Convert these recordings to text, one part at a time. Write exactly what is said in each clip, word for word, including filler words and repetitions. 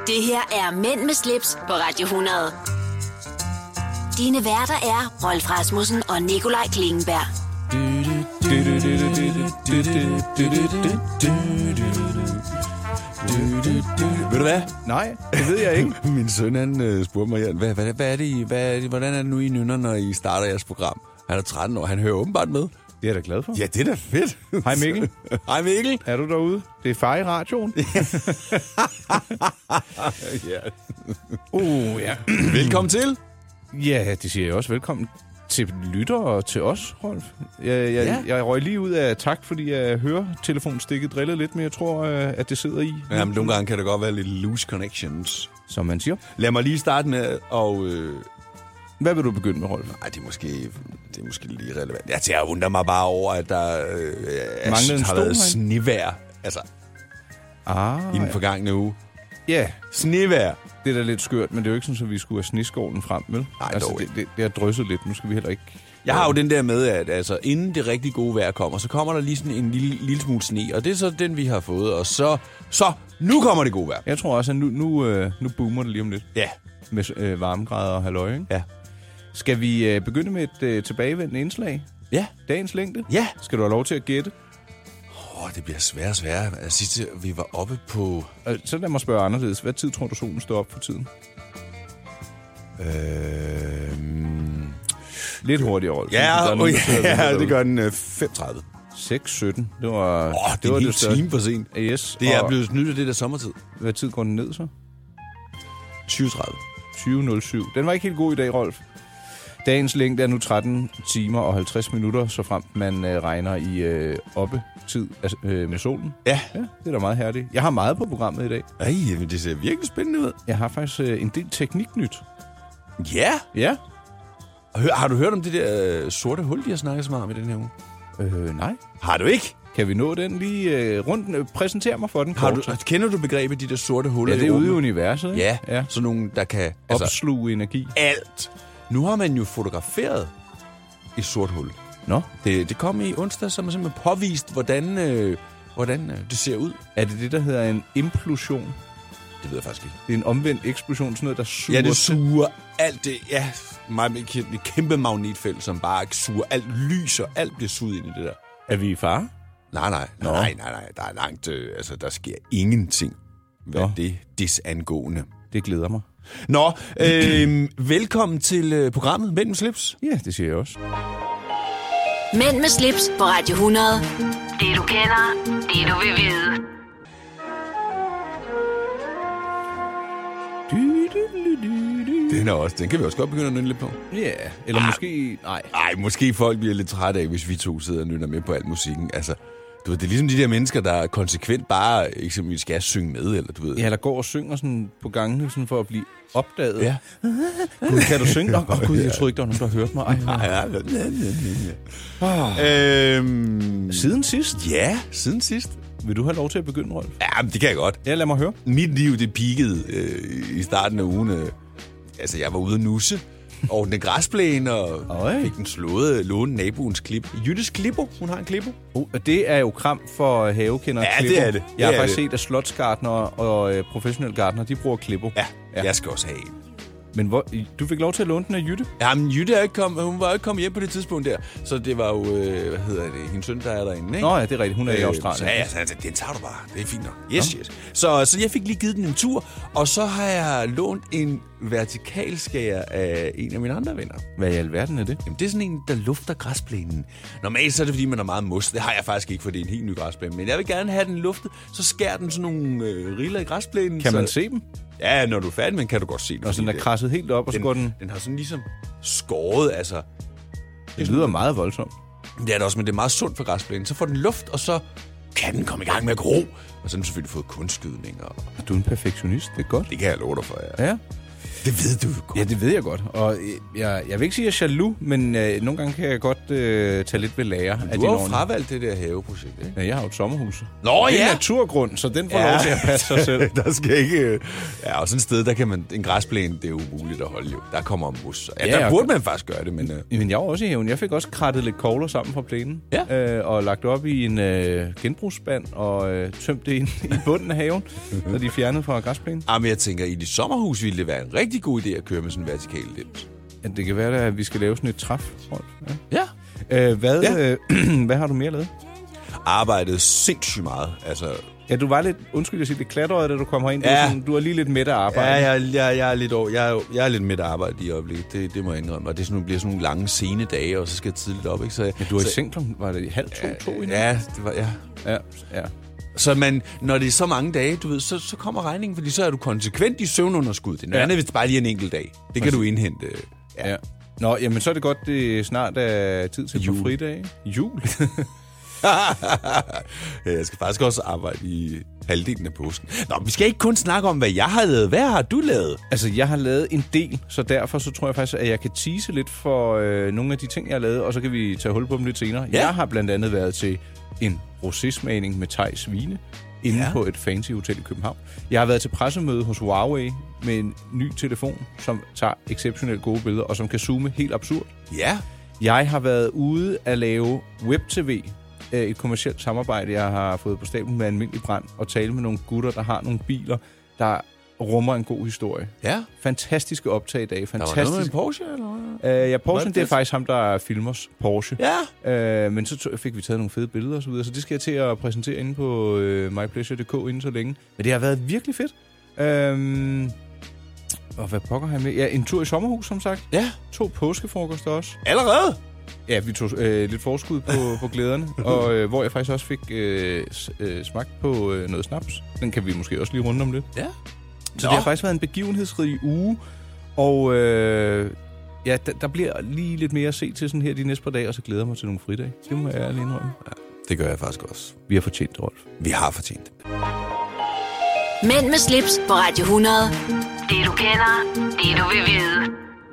Det her er Mænd med slips på Radio hundrede. Dine værter er Rolf Rasmussen og Nikolaj Klingenberg. Ved du hvad? Nej, det ved jeg ikke. Min søn han spurgte mig, hvad, hvad, hvad er det, I, hvad er det, hvordan er det nu, I nynner, når I starter jeres program? Han er tretten år, han hører åbenbart med. Det er jeg da glad for. Ja, det er da fedt. Hej Mikkel. Hej Mikkel. Er du derude? Det er far i radioen. Ja. Uh, ja. Velkommen til. Ja, det siger jeg også. Velkommen til lytter og til os, Rolf. Jeg, jeg, Ja. jeg røg lige ud af tak, fordi jeg hører telefonstikket drille lidt, men jeg tror, at det sidder i. Jamen, nogle gange kan der godt være lidt loose connections. Som man siger. Lad mig lige starte med at... Øh... Hvad vil du begynde med, Rolf? Nej, det er måske, det er måske lige relevant. Jeg, jeg undrer mig bare over, at der øh, er, Manglede en har stol været herinde? snevejr. Altså, Ah, i den forgangne uge. ja. Snevejr. Det er da lidt skørt, men det er jo ikke sådan, at vi skulle have sneskålen frem, vel? Nej, altså, dog det, ikke. det, det har drysset lidt. Nu skal vi heller ikke... Jeg har jo den der med, at altså, inden det rigtig gode vejr kommer, så kommer der lige sådan en lille, lille smule sne, og det er så den, vi har fået. Og så, så nu kommer det gode vejr. Jeg tror også, at nu, nu, øh, nu boomer det lige om lidt. Ja. Med øh, varmegrader og halløj, ikke? Ja. Skal vi øh, begynde med et øh, tilbagevendende indslag? Ja. Dagens længde? Ja. Skal du have lov til at gætte? Åh, oh, det bliver sværere og sværere. Altså, sidst vi var oppe på... Øh, så lad mig spørge anderledes. Hvad tid tror du, solen står op for tiden? Øh... Lidt hurtigere, Rolf. Ja, Der er nogen, oh, der sidder og ja, venter det derude. gør den øh, fem tredive. seks sytten. Det var... Åh, oh, det det er var en hel største. time for sent. Yes. Det er og blevet snydt af det der sommertid. hvad tid går den ned så? tyve tredive. tyve nul syv. Den var ikke helt god i dag, Rolf. Dagens længde er nu tretten timer og halvtreds minutter, så frem man øh, regner i øh, oppe-tid altså, øh, med solen. Ja. Ja, det er da meget herligt. Jeg har meget på programmet i dag. Ej, men det ser virkelig spændende ud. Jeg har faktisk øh, en del tekniknyt. Ja. Ja. Hør, har du hørt om det der øh, sorte hul, de har snakket så meget om i den her uge? Øh, nej. Har du ikke? Kan vi nå den lige øh, rundt? Øh, præsentere mig for den Har kort. du, kender du begrebet, de der sorte huller? Ja, det er i ude i rummet? universet, ikke? Ja, ja. sådan nogle, der kan... Altså, Opsluge energi. alt. Nu har man jo fotograferet et sort hul. Nå. Det, det kom i onsdag, som er simpelthen påvist, hvordan, øh, hvordan øh, det ser ud. Er det det, der hedder en implosion? Det ved jeg faktisk ikke. Det er en omvendt eksplosion, sådan noget, der suger Ja, det til. suger alt det. Ja, meget med et kæmpe magnetfelt, som bare suger alt lys, og alt bliver suget ind i det der. Er vi i fare? Nej, nej, Nå. nej, nej, nej. Der er langt, øh, altså der sker ingenting, hvad Nå. det disangående. Det glæder mig. Nå, øh, velkommen til øh, programmet Mænd med slips. Ja, det siger jeg også. Mænd med slips på Radio hundrede. Det du kender, det du vil vide. Den er også, den kan vi også godt begynde at nynne lidt på. Ja, yeah. eller ah. måske... Nej. Ej, måske folk bliver lidt trætte af, hvis vi to sidder og nynner med på al musikken. Altså, du ved, det er ligesom de der mennesker, der konsekvent bare eksempelvis skal synge med, eller du ved. Ja, eller går og synger sådan på gangene sådan for at blive opdaget. Ja. Gud, kan du synge? Åh, oh, Gud, jeg troede ikke, der var nogen, der hørte mig. Ej, Ja, ja, ja, ja. Øhm, Siden sidst. ja, siden sidst. Vil du have lov til at begynde, Rolf? Ja, men det kan jeg godt. Ja, lad mig høre. Mit liv, det peakede øh, i starten af ugen. Øh, altså, jeg var ude at nusse over den græsplæne, og Øj. fik den slået, låne naboens klip. Jyttes Klippo, hun har en klippo. Oh, og det er jo kram for havekender. Ja, klipper. det er det. Jeg har Det er faktisk det. set, at slotsgartner og øh, professionelle gartner, de bruger klippo. Ja, Ja. jeg skal også have en. Men hvor, du fik lov til at låne den af Jytte? Jamen, Jytte er ikke kom, hun var ikke kommet hjem på det tidspunkt der, så det var jo, øh, hvad hedder det, hendes søn, der er derinde, ikke? Nå ja, det er rigtigt. Hun er i Øh, Australien. Så, ja, så, altså, den tager du bare. Det er fint nok. Yes, yes. Så, så jeg fik lige givet den en tur, og så har jeg lånt en vertikalskærer af en af mine andre venner. Hvad i alverden er det? Jamen, det er sådan en, der lufter græsplænen. Normalt så er det, fordi man har meget mos. Det har jeg faktisk ikke, for det er en helt ny græsplæne. Men jeg vil gerne have den luftet, så skærer den sådan nogle øh, riller i græsplænen. Kan så... man se dem? Ja, når du er færdig, men kan du godt se den. Og sådan er fordi krasset helt op, og så den, går den... den har sådan ligesom skåret, altså... Det lyder meget voldsomt. Det er det også, men det er meget sundt for græsplænen. Så får den luft, og så kan den komme i gang med at gro. Og så har den selvfølgelig fået kunstskydning. Og Du er en perfektionist, det er godt. det kan jeg love dig for, ja. Ja. Det ved du godt. Ja, det ved jeg godt. Og jeg, jeg vil ikke sige, at jeg er jaloux, men øh, nogle gange kan jeg godt øh, tage lidt ved lære af de Du har jo lovene. fravalgt det der haveprojekt, ikke? Ja, jeg har jo et sommerhus. Nå, det er ja. en naturgrund, så den får ja. lov til at passe sig selv. Der skal ikke... Ja, og sådan et sted, der kan man... En græsplæne, det er jo umuligt at holde jo. Der kommer mus. Ja, Ja, der og- burde man faktisk gøre det, men... Uh... Men jeg var også i haven. Jeg fik også krattet lidt kogler sammen fra plænen. Ja. Øh, og lagt op i en øh, genbrugsspand og øh, tømt det ind i bunden af haven, så de er fjernet fra græsplænen. Ah, men jeg tænker, i dit sommerhus ville det være en rigtig god idé at køre med sådan en vertikal dims. Ja, det kan være, at vi skal lave sådan et træf. Ja. Ja. Øh, hvad, Ja. øh, hvad har du mere lavet? Arbejdede sindssygt meget. Altså, Ja, du var lidt, undskyld, jeg siger, lidt klatret, da du kom herind. Ja. Du, er sådan, du er lige lidt midt af arbejde. ja, jeg, jeg, jeg, er lidt over, jeg, er, jeg er lidt midt af arbejde i øjeblikket. Det, det må jeg indrømme. Og det er sådan, bliver sådan nogle lange, sene dage, og så skal jeg tidligt op, ikke? Så, Ja, du var så, i seng klokken, var det i halv to, to endnu? Ja, det var, ja. Ja, ja. Så man, når det er så mange dage, du ved, så, så kommer regningen, fordi så er du konsekvent i søvnunderskud. Det er noget Ja. andet, hvis det bare lige er en enkelt dag. Det kan du indhente. Ja. Nå, jamen så er det godt, det snart er tid til Jul. på fridag. Jul. Ja, jeg skal faktisk også arbejde i halvdelen af påsken. Nå, vi skal ikke kun snakke om, hvad jeg har lavet. Hvad har du lavet? Altså, jeg har lavet en del, så derfor så tror jeg faktisk, at jeg kan tease lidt for øh, nogle af de ting, jeg har lavet, og så kan vi tage hul på dem lidt senere. Ja. Jeg har blandt andet været til en rosé-smagning med Theis Vine inde Ja. på et fancy hotel i København. Jeg har været til pressemøde hos Huawei med en ny telefon, som tager exceptionelt gode billeder, og som kan zoome helt absurd. Ja. Jeg har været ude at lave web-tv, øh, et kommercielt samarbejde, jeg har fået på stablen med Almindelig Brand, og tale med nogle gutter, der har nogle biler, der rummer en god historie. Ja. Fantastiske optag i dag. Der var noget Fantastisk. med en Porsche, eller hvad? Øh, ja, Porsche, det det er fedt? faktisk ham, der filmer os Porsche. Ja. Øh, men så tog, fik vi taget nogle fede billeder og så videre, så det skal jeg til at præsentere inde på øh, my pleasure punktum d k inden så længe. Men det har været virkelig fedt. Øh, og hvad pokker har jeg med? Ja, en tur i sommerhus, som sagt. Ja. To påskefrokoster også. Allerede? Ja, vi tog øh, lidt forskud på, på glæderne, og øh, hvor jeg faktisk også fik øh, s- øh, smagt på øh, noget snaps. Den kan vi måske også lige runde om lidt. Ja. Så Nå. det har faktisk været en begivenhedsrig uge, og øh, ja, der, der bliver lige lidt mere at se til sådan her de næste par dage, og så glæder jeg mig til nogle fridage. Det må jeg ærligt indrømme. Det gør jeg faktisk også. Vi har fortjent det, Rolf. Vi har fortjent det. Mænd med slips på Radio hundrede. Det du kender, det du vil vide.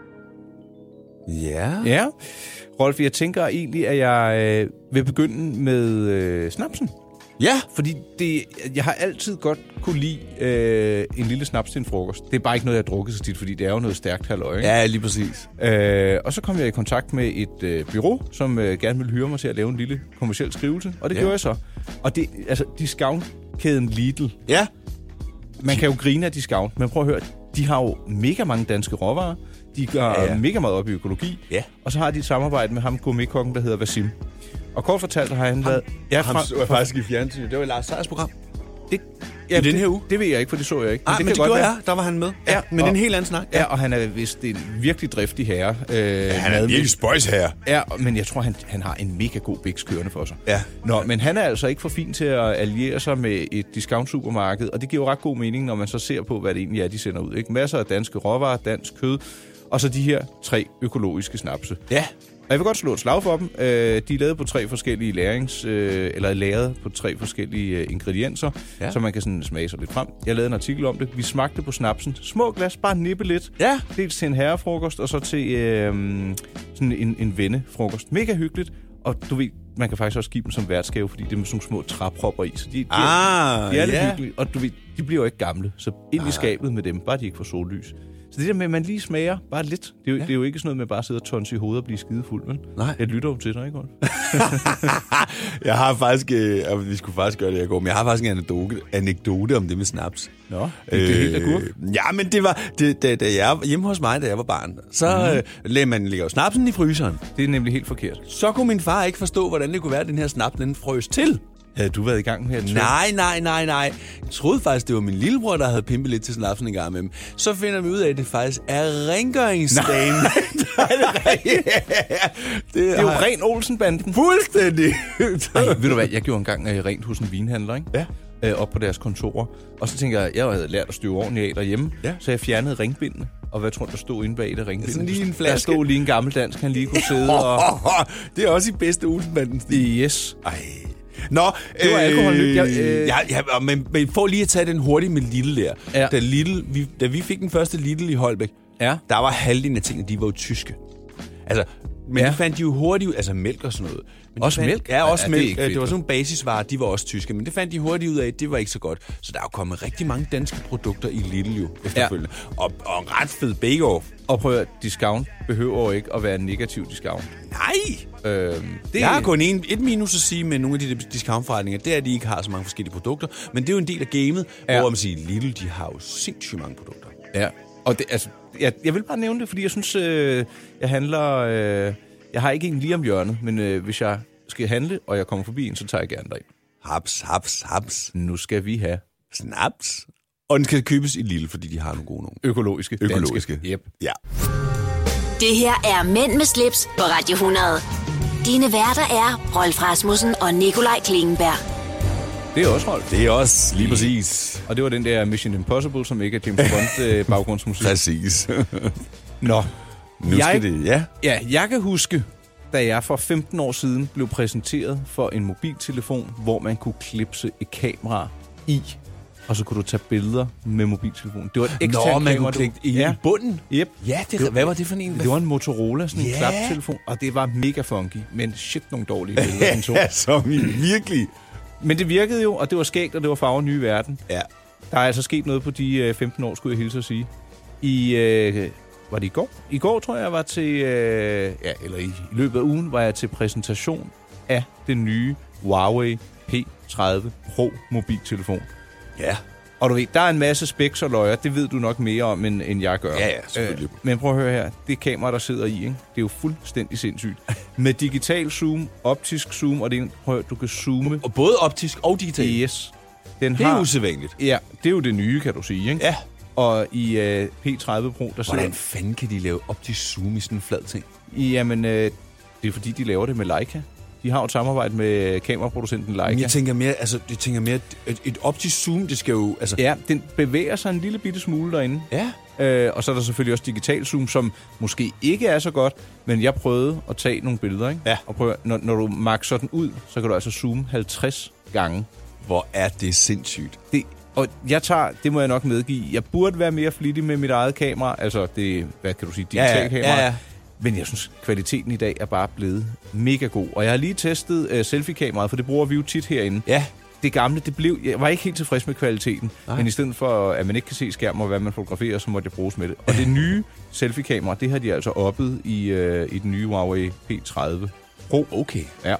Ja. Ja, Rolf, jeg tænker egentlig, at jeg øh, vil begynde med øh, snapsen. Ja. Fordi det, jeg har altid godt kunne lide øh, en lille snaps til en frokost. Det er bare ikke noget, jeg har drukket så tit, fordi det er jo noget stærkt halløj, ikke? Ja, lige præcis. Øh, og så kom jeg i kontakt med et øh, bureau, som øh, gerne ville hyre mig til at lave en lille kommerciel skrivelse. Og det Ja. ja. gjorde jeg så. Og det, altså, discountkæden Lidl. Ja. Man kan jo grine af discount, men prøv at høre, de har jo mega mange danske råvarer. De går Ja, ja, ja. ja. mega meget op i økologi. Ja. Og så har de et samarbejde med ham, gourmetkokken, der hedder Vasim. Og kort fortalt har han været... Ja, Ham så jeg faktisk i fjernsynet. Det var Lars Seiers program. det, I den det, her uge? Det ved jeg ikke, for det så jeg ikke. Ah, men, kan men det godt gjorde være. jeg. Der var han med. Ja, Ja, men det er en og- helt anden snak. Ja, og han er vist en virkelig driftig herre. Øh, Han er madmænd- virkelig spøjs her. Ja, men jeg tror, han, han har en mega god biks kørende for sig. Ja. Nå, men han er altså ikke for fin til at alliere sig med et discount-supermarked, og det giver jo ret god mening, når man så ser på, hvad det egentlig er, de sender ud. Ikke? Masser af danske råvarer, dansk kød, og så de her tre økologiske snapse. Ja. Og jeg vil godt slå et slag for dem. Øh, de er lavet på tre forskellige lærings, øh, eller lavet på tre forskellige øh, ingredienser, Ja. ja. så man kan sådan smage sig lidt frem. Jeg lavede en artikel om det. Vi smagte på snapsen. Små glas, bare nippe lidt. Ja. Dels til en herrefrokost, og så til øh, sådan en, en vennefrokost. Mega hyggeligt. Og du ved, man kan faktisk også give dem som værtsgave, fordi det er med sådan nogle små træpropper i. Så de, de, Ah, er, de er lidt ja. hyggelige. Og du ved, de bliver jo ikke gamle. Så ind i skabet med dem, bare de ikke får sollys. Så det der med, at man lige smager bare lidt. Det er jo, ja. det er jo ikke sådan noget med bare at sidde og tonse i hovedet og blive skidefuld, vel? Nej. Jeg lytter jo til dig, ikke Rolf? Jeg har faktisk, øh, vi skulle faktisk gøre det i går, men jeg har faktisk en anekdote, anekdote om det med snaps. Nå, det er øh, helt agurk. Ja, men det var, det, da, da jeg var hjemme hos mig, da jeg var barn, så mm. øh, lagde man lægger jo snapsen i fryseren. Det er nemlig helt forkert. Så kunne min far ikke forstå, hvordan det kunne være, at den her snaps, den frøs til. Havde du været i gang med at tømme? Nej, nej, nej, nej. Jeg troede faktisk, det var min lillebror, der havde pimpet lidt til snapsen en gang med dem. Så finder vi ud af, at det faktisk er rengøringsdagen. Nej, det er rigtigt. det, Det er jo ren Olsenbanden. fuldstændig. Ej, ved du hvad, jeg gjorde engang uh, rent hos en vinhandler, ikke? Ja. Uh, op på deres kontorer. Og så tænker jeg, jeg havde lært at støve ordentligt af derhjemme, Ja. så jeg fjernede ringbindene. Og hvad tror du, der stod inde bag det ringbinde? Sådan lige en Der flaske. stod lige en gammel dansk, han lige kunne sidde og... Det er også i bedste Olsenbanden stil. Yes. Ej. Nå, Det var øh, alkoholnyt. Jeg, øh... ja, ja, men, men for lige at tage den hurtigt med Lidl der. Ja. Da, Lidl, vi, da vi fik den første Lidl i Holbæk, ja. der var halvdelen af tingene, de var jo tyske. Altså, men ja. det fandt de jo hurtigt, altså mælk og sådan noget. Men også fandt, mælk? Ja, også ja, mælk. Det, det var sådan nogle basisvarer, de var også tyske. Men det fandt de hurtigt ud af, at det var ikke så godt. Så der er jo kommet rigtig mange danske produkter i Lidl jo efterfølgende. Ja. Og, og en ret fed bake-off. Og prøv at discount behøver ikke at være en negativ discount. Nej! Øhm, det... Jeg har kun en, et minus at sige med nogle af de discountforretninger, det er, at de ikke har så mange forskellige produkter. Men det er jo en del af gamet, ja. Hvor man siger, Lidl, de har jo sindssygt mange produkter. Ja, og det, altså, jeg, jeg vil bare nævne det, fordi jeg synes, øh, jeg handler... Øh, jeg har ikke en lige om hjørnet, men øh, hvis jeg skal handle, og jeg kommer forbi en, så tager jeg gerne derind. Haps, haps, haps. Nu skal vi have snaps. Og den skal købes i Lidl, fordi de har nogle gode nogle. Økologiske. Økologiske. Yep. Ja. Det her er Mænd med slips på Radio hundrede. Dine værter er Rolf Rasmussen og Nikolaj Klingenberg. Det er også Rolf. Det er også lige præcis. Og det var den der Mission Impossible, som ikke er James Bond øh, baggrundsmusik. Præcis. Nå. Nu jeg, skal det, ja. Ja, jeg kan huske, da jeg for femten år siden blev præsenteret for en mobiltelefon, hvor man kunne klipse et kamera i, og så kunne du tage billeder med mobiltelefonen. Det var et eksternt kamera. Nå, man kunne klikke i, ja. i bunden? Yep. Ja, det, det, hvad var det for en? Det var en Motorola, sådan en yeah. klaptelefon, og det var mega funky, men shit nogle dårlige billeder. Den ja, som i virkelig. Men det virkede jo, og det var skægt, og det var farver nye verden. Ja. Der er altså sket noget på de femten år, skulle jeg hilse at sige. I... Øh, Var det i går? I går, tror jeg, jeg var til... Øh, ja, eller i, i løbet af ugen, var jeg til præsentation af den nye Huawei P tredive Pro mobiltelefon. Ja. Og du ved, der er en masse specs og løjer. Det ved du nok mere om, end, end jeg gør. Ja, ja, selvfølgelig. Øh, men prøv at høre her. Det kamera, der sidder i, ikke? Det er jo fuldstændig sindssygt. Med digital zoom, optisk zoom, og det er, prøv at høre, du kan zoome. Og både optisk og digital. Yes. Den det er har, usædvanligt. Ja, det er jo det nye, kan du sige, ikke? Ja. Og i øh, P tredive Pro, der sidder... Hvordan fanden kan de lave optisk zoom i sådan en flad ting? Jamen, øh, det er fordi, de laver det med Leica. De har jo et samarbejde med kameraproducenten Leica. Men jeg tænker mere, altså, jeg tænker mere, et, et optisk zoom, det skal jo... Altså... Ja, den bevæger sig en lille bitte smule derinde. Ja. Øh, og så er der selvfølgelig også digital zoom, som måske ikke er så godt, men jeg prøvede at tage nogle billeder, ikke? Ja. Og prøve, når, når du makser den ud, så kan du altså zoome halvtreds gange. Hvor er det sindssygt. Det, og jeg tager, det må jeg nok medgive, jeg burde være mere flittig med mit eget kamera, altså det, hvad kan du sige, digital ja, ja, kamera. Ja, ja. Men jeg synes, kvaliteten i dag er bare blevet mega god. Og jeg har lige testet uh, selfie-kameraet, for det bruger vi jo tit herinde. Ja. Det gamle, det blev... Jeg var ikke helt tilfreds med kvaliteten. Nej. Men i stedet for, at man ikke kan se skærmen og hvad man fotograferer, så måtte jeg bruges med det. Og det nye selfie-kamera, det har de altså oppet i, uh, i den nye Huawei P tredive Pro. Okay. Ja.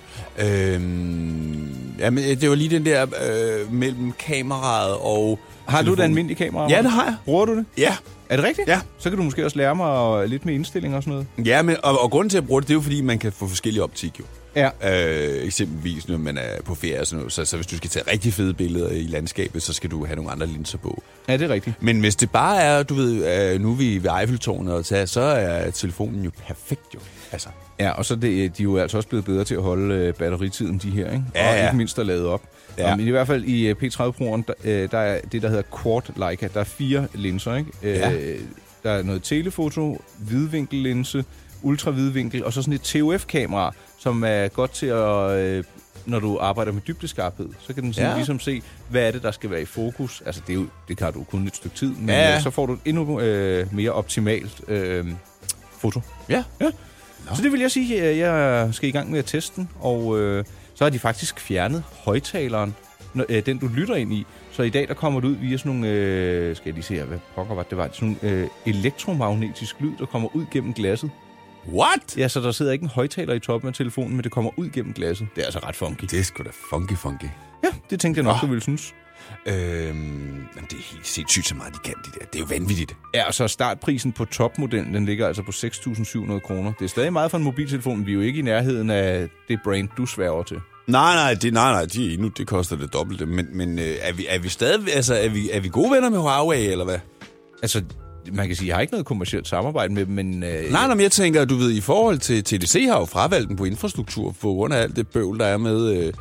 Øhm, jamen, det var lige den der øh, mellem kameraet og... Har telefonen. du det almindelige kamera? Ja, det har jeg. Bruger du det? Ja. Er det rigtigt? Ja. Så kan du måske også lære mig lidt med indstillinger og sådan noget. Ja, men, og, og grunden til at bruge det, det er jo fordi, man kan få forskellige optik jo. Ja. Øh, eksempelvis, når man er på ferie og sådan noget, så, så hvis du skal tage rigtig fede billeder i landskabet, så skal du have nogle andre linser på. Ja, det er rigtigt. Men hvis det bare er, du ved, øh, nu er vi ved Eiffeltårnet og tage, så er telefonen jo perfekt jo. Altså. Ja, og så det, de er jo altså også blevet bedre til at holde øh, batteritiden, de her, ikke? Ja, og ja. ikke mindst at lade op. Ja. Um, men i hvert fald i uh, P tredive Pro'en, der, øh, der er det, der hedder Quad Leica. Der er fire linser, ikke? Ja. Øh, der er noget telefoto, vidvinkellinse, ultravidvinkel, og så sådan et T O F-kamera, som er godt til at... Øh, når du arbejder med dybdeskarphed, så kan den sådan Ja. ligesom se, hvad er det, der skal være i fokus. Altså, det, er jo, det kan du kun et stykke tid, men Ja. øh, så får du et endnu øh, mere optimalt øh, foto. Ja. Ja. Så det vil jeg sige, at jeg skal i gang med at teste den, og øh, så har de faktisk fjernet højtaleren, når, øh, den du lytter ind i. Så i dag der kommer det ud via sådan nogle, øh, skal jeg lige se her, hvad pokker var det, var sådan nogle øh, elektromagnetisk lyd, der kommer ud gennem glasset. What? Ja, så der sidder ikke en højtaler i toppen af telefonen, men det kommer ud gennem glasset. Det er altså ret funky. Det er sgu da funky, funky. Ja, det tænkte jeg nok, Oh. du ville synes. Øhm, jamen, det er helt sindssygt så meget, de kan det der. Det er jo vanvittigt. Ja, og så startprisen på topmodellen, den ligger altså på seks tusind syv hundrede kroner. Det er stadig meget for en mobiltelefon, men vi er jo ikke i nærheden af det brand, du sværger til. Nej, nej, det, nej, nej, de, nu det koster det dobbelte. Men, men øh, er, vi, er vi stadig, altså, er vi, er vi gode venner med Huawei, eller hvad? Altså, man kan sige, jeg har ikke noget kommercielt samarbejde med dem, men... Øh, Nej, nej, men jeg tænker, du ved, i forhold til T D C har jo fravalgt den på infrastruktur, på grund af alt det bøvl, der er med, øh,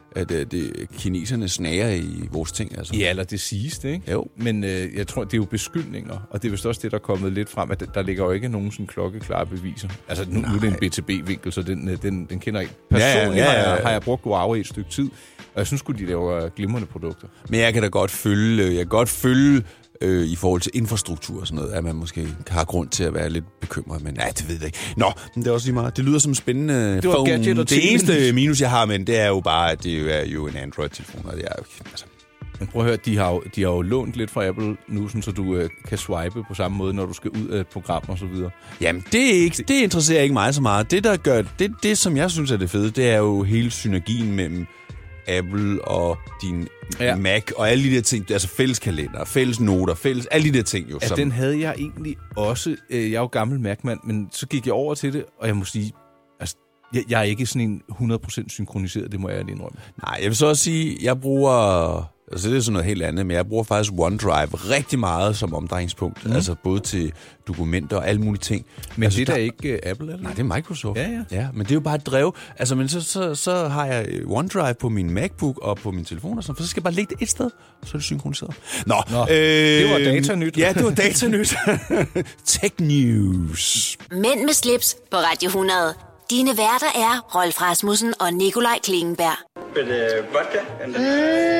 at øh, det, kineserne snager i vores ting. Altså. Ja, eller det siges, ikke? Jo. Men øh, jeg tror, det er jo beskyldninger, og det er vist også det, der er kommet lidt frem, at der ligger jo ikke nogen sådan klokkeklare beviser. Altså, nu, nu er det en B to B-vinkel, så den, den, den kender jeg ikke. Personligt ja, ja, ja, ja. Har, jeg, har jeg brugt Huawei et stykke tid, og jeg synes sgu, de laver glimrende produkter. Men jeg kan da godt følge, jeg kan godt følge øh, i forhold til infrastruktur og sådan noget, at man måske har grund til at være lidt bekymret, men nej, det ved jeg ikke. Nå, men det er også lige meget. Det lyder som spændende det phone. Det eneste minus, jeg har, men det er jo bare, at det er jo en Android-telefon, og det er jo altså. Men prøv at høre, de har jo, de har jo lånt lidt fra Apple nu, sådan, så du øh, kan swipe på samme måde, når du skal ud af et program og så videre. Jamen, det, er ikke, det interesserer ikke mig så meget. Det, der gør det, det, som jeg synes er det fede, det er jo hele synergien mellem Apple og din ja. Mac og alle de der ting, altså fælles kalender, fælles noter, fælles, alle de der ting jo. Ja, som... den havde jeg egentlig også. Jeg er jo gammel Mac-mand, men så gik jeg over til det, og jeg må sige, altså, jeg, jeg er ikke sådan en hundrede procent synkroniseret, det må jeg indrømme. Nej, jeg vil så også sige, jeg bruger... Altså, det er sådan noget helt andet, men jeg bruger faktisk OneDrive rigtig meget som omdrejningspunkt. Mm. Altså både til dokumenter og alle mulige ting. Men altså, det er der... da ikke uh, Apple, eller? Nej, det er Microsoft. Ja, ja. ja, men det er jo bare et drev. Altså, men så, så, så har jeg OneDrive på min MacBook og på min telefon og sådan, for så skal jeg bare lægge det et sted, og så er det synkroniseret. Nå, Nå øh, det var datanyt. Ja, det var datanyt. Tech News. Mænd med slips på Radio hundrede. Dine værter er Rolf Rasmussen og Nikolaj Klingenberg. With uh, vodka and then...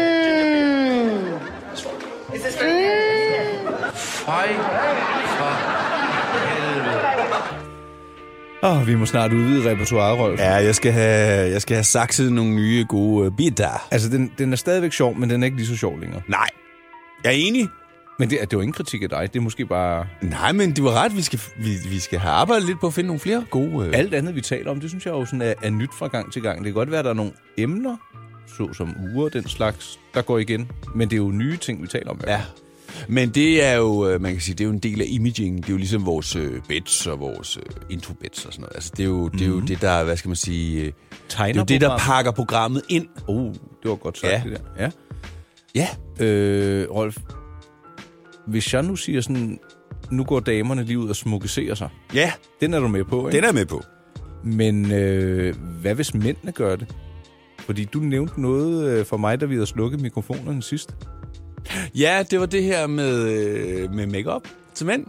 Mm. Is this right? Fej for helvede. Åh, oh, vi må snart udvide repertoiret, Rolf. Ja, jeg skal have, jeg skal have sakset nogle nye gode uh, bitter. Altså, den, den er stadigvæk sjov, men den er ikke lige så sjov længere. Nej, jeg er enig. Men det, det er jo ingen kritik af dig, det er måske bare... Nej, men det var ret, vi skal, vi, vi skal have arbejdet lidt på at finde nogle flere gode... Øh... Alt andet, vi taler om, det synes jeg jo sådan er, er nyt fra gang til gang. Det kan godt være, at der er nogle emner, såsom uger, den slags, der går igen. Men det er jo nye ting, vi taler om. Ja, men det er jo, man kan sige, det er jo en del af imaging. Det er jo ligesom vores øh, beds og vores øh, intro-beds og sådan noget. Altså, det er jo, mm-hmm. det, er jo det, der, hvad skal man sige... Øh, det er jo det, der pakker programmet ind. Oh, det var godt sagt, ja. det der. Ja. Ja. Øh, Rolf, hvis jeg nu siger sådan, nu går damerne lige ud og smukkesserer sig. Ja. Den er du med på, ikke? Den er med på. Men øh, hvad hvis mændene gør det? Fordi du nævnte noget for mig, da vi havde slukket mikrofonerne sidst. Ja, det var det her med, øh, med make-up til mænd.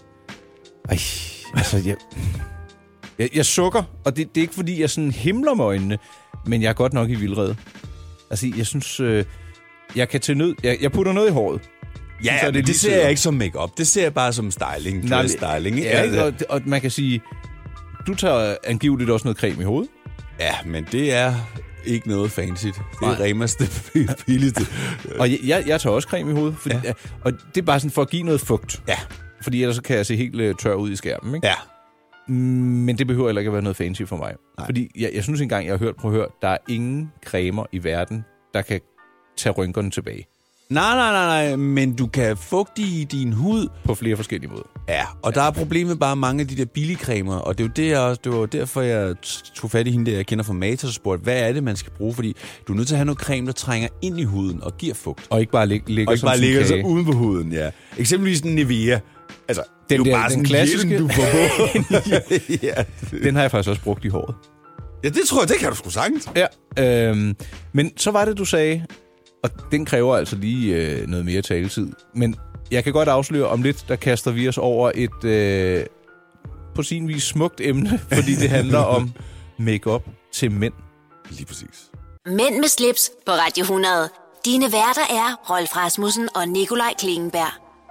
Ej, altså, jeg, jeg, jeg sukker, og det, det er ikke fordi, jeg sådan himler med øjnene, men jeg er godt nok i vildrede. Altså, jeg synes, øh, jeg kan til nød, jeg, jeg putter noget i håret. Ja, så det, det ser jeg ikke som make-up. Det ser jeg bare som styling. Nej, styling. Ja, ja, og, og man kan sige, du tager angiveligt også noget creme i hovedet. Ja, men det er ikke noget fancy. Det er Remas det billigste. Og jeg, jeg tager også creme i hovedet, fordi, ja. Og det er bare sådan for at give noget fugt. Ja. Fordi ellers så kan jeg se helt uh, tør ud i skærmen, ikke? Ja. Men det behøver heller ikke at være noget fancy for mig. Nej. Fordi jeg, jeg synes engang, jeg har hørt, prøv at høre, der er ingen cremer i verden, der kan tage rynkerne tilbage. Nej, nej, nej, nej, men du kan fugtige din hud på flere forskellige måder. Ja, og ja. Der er problemet bare mange af de der billige cremer, og det er jo det, jeg, det var derfor, jeg tog fat i hende, der jeg kender fra Matas og spurgte, hvad er det, man skal bruge? Fordi du er nødt til at have noget creme, der trænger ind i huden og giver fugt. Og ikke bare lig- ligger og ikke som bare ligger sig uden på huden, ja. Eksempelvis en Nivea. Altså, den, det er jo der, bare den sådan klassiske, hjelm, du får på. ja. Den har jeg faktisk også brugt i håret. Ja, det tror jeg, det kan du sgu sagtens. Ja, øhm, men så var det, du sagde, og den kræver altså lige øh, noget mere taletid. Men jeg kan godt afsløre, om lidt, der kaster vi os over et øh, på sin vis smukt emne, fordi det handler om make-up til mænd. Lige præcis. Mænd med slips på Radio hundrede. Dine værter er Rolf Rasmussen og Nikolaj Klingenberg.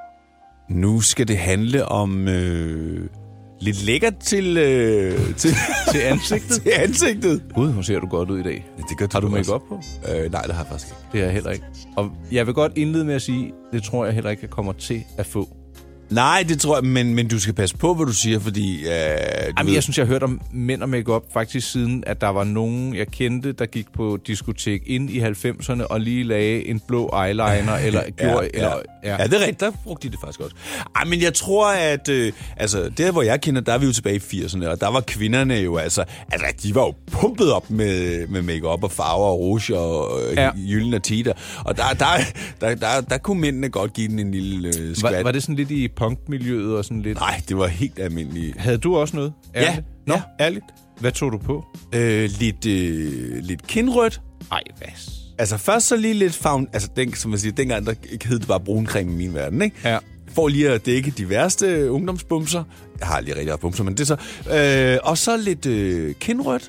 Nu skal det handle om øh, lidt lækkert til, øh, til, til ansigtet. til ansigtet. Gud, hvor ser du godt ud i dag. Ja, det gør du. Har du make-up på? Øh, nej, det har jeg faktisk ikke. Det har jeg heller ikke. Og jeg vil godt indlede med at sige, det tror jeg heller ikke, jeg kommer til at få. Nej, det tror jeg, men, men du skal passe på, hvad du siger, fordi... Øh, Jamen, jeg synes, jeg har hørt om mænd og make-up faktisk siden, at der var nogen, jeg kendte, der gik på diskotek ind i halvfemserne og lige lagde en blå eyeliner, eller gjorde... ja, eller, ja. ja, det er rigtigt. Der brugte de det faktisk også. Ej, men jeg tror, at... Øh, altså, der, hvor jeg kender, der er vi jo tilbage i firserne, og der var kvinderne jo, altså... Altså, de var jo pumpet op med, med make-up og farver og rouge og øh, ja. Gylden og titer. Og der, der, der, der, der kunne mændene godt give den en lille øh, skvat. Var, var det sådan lidt i punkmiljøet og sådan lidt? Nej, det var helt almindeligt. Havde du også noget? Ærligt? Ja, Nå, ja, ærligt. Hvad tog du på? Øh, lidt, øh, lidt kindrødt, Ej, hvad? Altså først så lige lidt faun... Altså, den, som jeg siger, dengang der hed det bare bruncreme i min verden, ikke? Ja. For lige at dække de værste ungdomsbumser. Jeg har lige rigtig haft bumser, men det er så... Øh, og så lidt øh, kindrødt.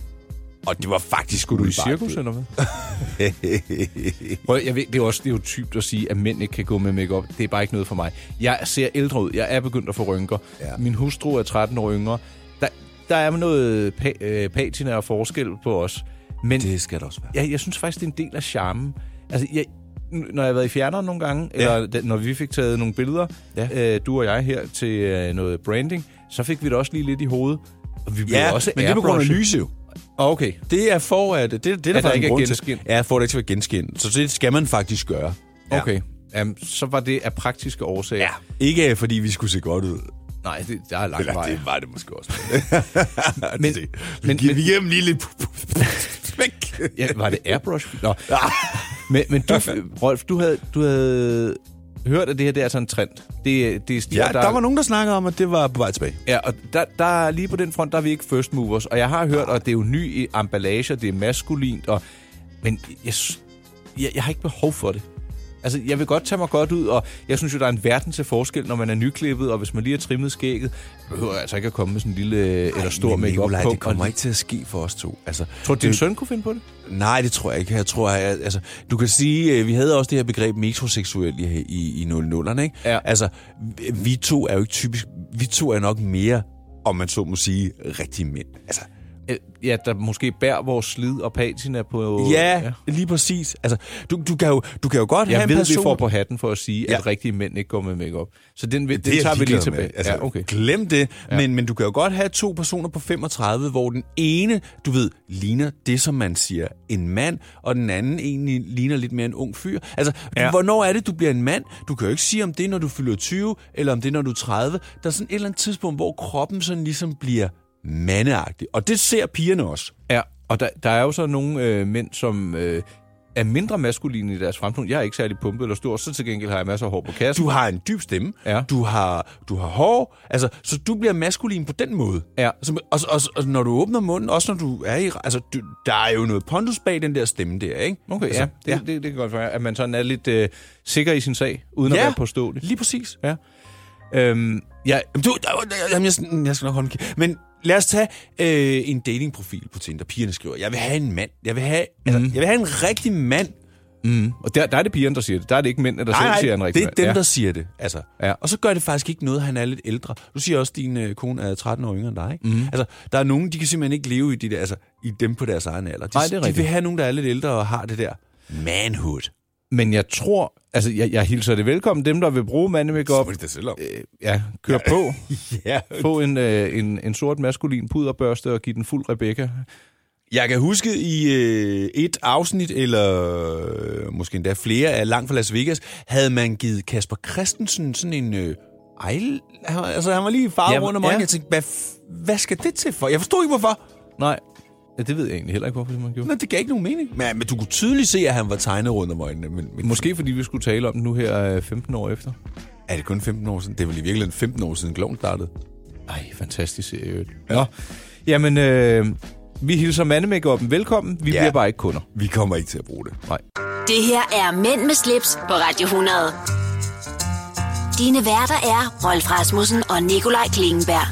Og det var faktisk... Skulle du i cirkus, eller hvad? Prøv, jeg ved, det er også det er jo typt at sige, at mænd ikke kan gå med makeup. Det er bare ikke noget for mig. Jeg ser ældre ud. Jeg er begyndt at få rynker. Ja. Min hustru er tretten år yngre. Der, der er noget pa- øh, patina og forskel på os. Men det skal det også være. Jeg, jeg synes faktisk, det er en del af charmen. Altså, jeg, når jeg har været i fjerneren nogle gange, ja. eller da, når vi fik taget nogle billeder, ja. øh, du og jeg her, til øh, noget branding, så fik vi det også lige lidt i hovedet. Og vi blev ja, også men det er på grund af lyse jo. Okay. Det er for, at det, det, det er der, der ikke er grund genskin. Til. Ja, for at det ikke skal være genskin. Så det skal man faktisk gøre. Ja. Okay. Um, så var det af praktiske årsager. Ja. Ikke fordi vi skulle se godt ud. Nej, det, der er langt vej. Det var det måske også. men, det, men, vi giver dem lige lidt væk. Ja, var det airbrush? Nå. men, men du, Rolf, du havde, du havde hørt, at det her det er sådan en trend. Det, det er stiger, ja, der, der var nogen, der snakkede om, at det var på vej tilbage. Ja, og der, der, lige på den front, der er vi ikke first movers. Og jeg har hørt, at det er jo ny emballage, det er maskulint. Og, men jeg, jeg, jeg har ikke behov for det. Altså, jeg vil godt tage mig godt ud, og jeg synes jo, der er en verden til forskel, når man er nyklippet, og hvis man lige har trimmet skægget, behøver jeg altså ikke at komme med sådan en lille Ej, eller stor make-up på. Det kommer ikke til at ske for os to. Altså, tror du, din det... søn kunne finde på det? Nej, det tror jeg ikke. Jeg tror, jeg, altså, du kan sige, vi havde også det her begreb metroseksuel i, i, i nullerne, ikke? Ja. Altså, vi to er jo ikke typisk, vi to er nok mere, om man så må sige, rigtige mænd. Altså, ja, der måske bærer vores slid og patina på... Ja, ja, lige præcis. Altså, du, du, kan, jo, du kan jo godt jeg have ved, en person... Jeg ved, vi får på hatten for at sige, ja. at rigtige mænd ikke går med makeup. Så den, den det tager vi lige tilbage. Altså, ja, okay. Glem det. Ja. Men, men du kan jo godt have to personer på femogtredive, hvor den ene, du ved, ligner det, som man siger, en mand, og den anden egentlig ligner lidt mere en ung fyr. Altså, ja. Hvornår er det, du bliver en mand? Du kan jo ikke sige, om det er, når du fylder tyve, eller om det er, når du er tredive. Der er sådan et eller andet tidspunkt, hvor kroppen sådan ligesom bliver mandeagtig. Og det ser pigerne også. Ja, og der, der er jo så nogle øh, mænd, som øh, er mindre maskuline i deres fremtoning. Jeg er ikke særlig pumpet eller stor, så til gengæld har jeg masser af hår på kassen. Du har en dyb stemme. Ja. Du har, du har hår. Altså, så du bliver maskulin på den måde. Ja. Altså, og, og, og når du åbner munden, også når du er i... Altså, du, der er jo noget pondus bag den der stemme der, ikke? Okay, altså, ja. Det, ja. Det, det, det kan godt være, at man sådan er lidt øh, sikker i sin sag, uden ja, at være påståelig. Lige præcis. Ja. Øhm, ja. Du, jamen, jeg, jeg skal nok holde en Men lad os tage øh, en datingprofil på Tinder. Pigerne skriver, jeg vil have en mand. Jeg vil have, mm. altså, jeg vil have en rigtig mand. Mm. Og der, der er det pigerne, der siger det. Der er det ikke mænd, der nej, selv nej, siger en rigtig det er dem, ja. der siger det. Altså. Ja. Og så gør det faktisk ikke noget, han er lidt ældre. Du siger også, at din øh, kone er tretten år yngre end dig. Ikke? Mm. Altså, der er nogen, de kan simpelthen ikke leve i, de der, altså, i dem på deres egen alder. De, nej, det er de vil have nogen, der er lidt ældre og har det der manhood. Men jeg tror, altså jeg, jeg hilser det velkommen, dem der vil bruge mandemakeup. Så må de da selv om. Øh, ja, kør ja. på. ja. Få en, øh, en, en sort maskulin puderbørste og give den fuld Rebecca. Jeg kan huske i øh, et afsnit, eller øh, måske endda flere af Langt fra Las Vegas, havde man givet Kasper Christensen sådan en... Øh, ejl, altså han var lige farvet ja, rundt om øjnene. Ja. Jeg tænkte, hvad, hvad skal det til for? Jeg forstod ikke, hvorfor. Nej. Ja, det ved jeg egentlig heller ikke, hvorfor man gjorde. Nå, det gav ikke nogen mening. Men, men du kunne tydeligt se, at han var tegnet rundt om øjnene. Men, men... Måske fordi vi skulle tale om det nu her femten år efter. Er det kun femten år siden? Det er vel i virkeligheden femten år siden Gloven startede. Ej, fantastisk serie. Ja. Nå, jamen, øh, vi hilser mandemake-up'en velkommen. Vi ja. bliver bare ikke kunder. Vi kommer ikke til at bruge det. Nej. Det her er Mænd med slips på Radio hundrede. Dine værter er Rolf Rasmussen og Nikolaj Klingenberg.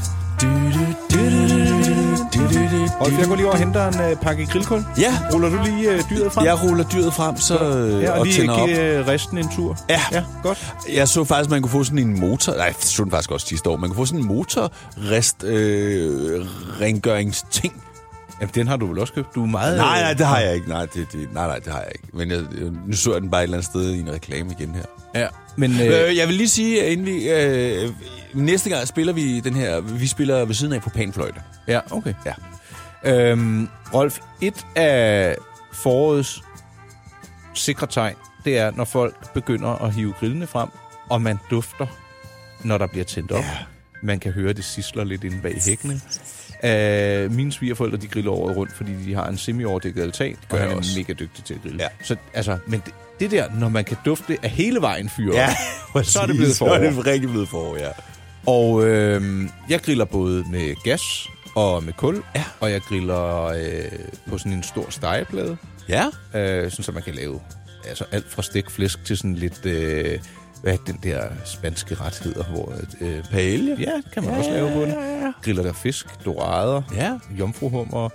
Rolf, jeg går lige over og henter en uh, pakke grillkål. Ja. Ruller du lige uh, dyret frem? Jeg ruller dyret frem, så ja, og, og lige tænder op. give resten en tur. Ja. Ja, godt. Jeg så faktisk, man kunne få sådan en motor... Nej, det så den faktisk også sidste år. Man kunne få sådan en motorrest øh, rengøringsting. Ja, den har du vel også købt? Du er meget... Nej, nej, det har jeg ikke. Nej, det, det, nej, nej, det har jeg ikke. Men jeg, nu så jeg den bare et eller andet sted i en reklame igen her. Ja, men... Øh... Øh, jeg vil lige sige, inden vi... Øh, næste gang spiller vi den her... Vi spiller ved siden af på panfløjte. Ja, okay. Ja. Øhm, Rolf, et af forårets sikre tegn, det er, når folk begynder at hive grillene frem, og man dufter, når der bliver tændt op. Ja. Man kan høre, det sisler lidt inde bag hækkene. Uh, mine svigerforældre, de griller året rundt, fordi de har en semi-overdækket altan, og han er også mega dygtig til at grille. Ja. Så, altså, men det, det der, når man kan dufte af hele vejen fyret, ja, så er det blevet forår. Så er det rigtig blevet forår, ja. Og øh, jeg griller både med gas og med kul, ja. og jeg griller øh, på sådan en stor stegeplade. Ja. Øh, sådan, så man kan lave altså, alt fra stegt flæsk til sådan lidt... Øh, hvad den der spanske ret hedder, hvor... Øh, Paella? Ja, det kan man ja, også lave på den. Ja, ja. Griller der fisk, dorader, Ja. jomfruhummer.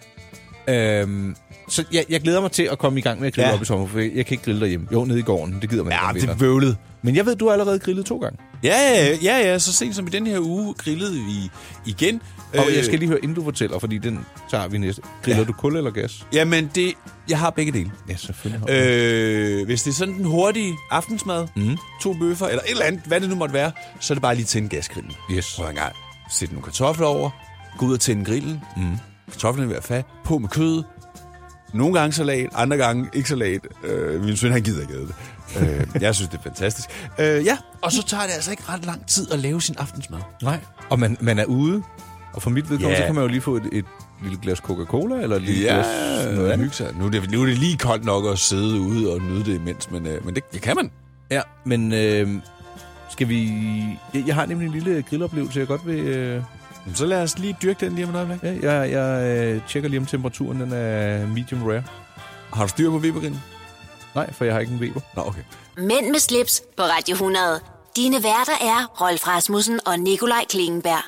Øhm, så jeg, jeg glæder mig til at komme i gang med at grille Ja. op i sommer, for jeg kan ikke grille derhjemme. Jo, nede i gården, det gider man Ja, ikke. det er bøvlet. Men jeg ved, du har allerede grillet to gange. Ja, ja, ja, ja, så sent som i den her uge grillede vi igen. Og Øh, jeg skal lige høre, inden du fortæller, fordi den tager vi næste. Griller Ja. du kul eller gas? Jamen, det... Jeg har begge dele. Ja, selvfølgelig. Har øh, Øh, hvis det er sådan den hurtige aftensmad, mm. to bøffer, eller et eller andet, hvad det nu måtte være, så er det bare lige tænde gasgrillen. yes. Prøv en gang. Sæt nogle kartofler over, gå ud og tænde grillen. Mm. Kartoflerne vil være fat, på med kødet. Nogle gange salat, andre gange ikke salat. Øh, min søn, han gider ikke æde det. øh, jeg synes, det er fantastisk. Øh, ja, og så tager det altså ikke ret lang tid at lave sin aftensmad. Nej. Og man, man er ude, og for mit vedkommende, Ja. så kan man jo lige få et, et lille glas Coca-Cola, eller et lille Ja, glas noget andet. hygge sig. Nu er, det, nu er det lige koldt nok at sidde ude og nyde det imens, men, øh, men det, det kan man. Ja, men øh, skal vi... Jeg, jeg har nemlig en lille grilloplevelse, jeg godt vil... Øh, Så lad os lige dyrke den lige om et øjeblik. ja, jeg jeg øh, tjekker lige om temperaturen, den er medium rare. Har du styr på Webergrillen? Nej, for jeg har ikke en Weber. Nå, okay. Mænd med slips på Radio hundrede. Dine værter er Rolf Rasmussen og Nikolaj Klingenberg.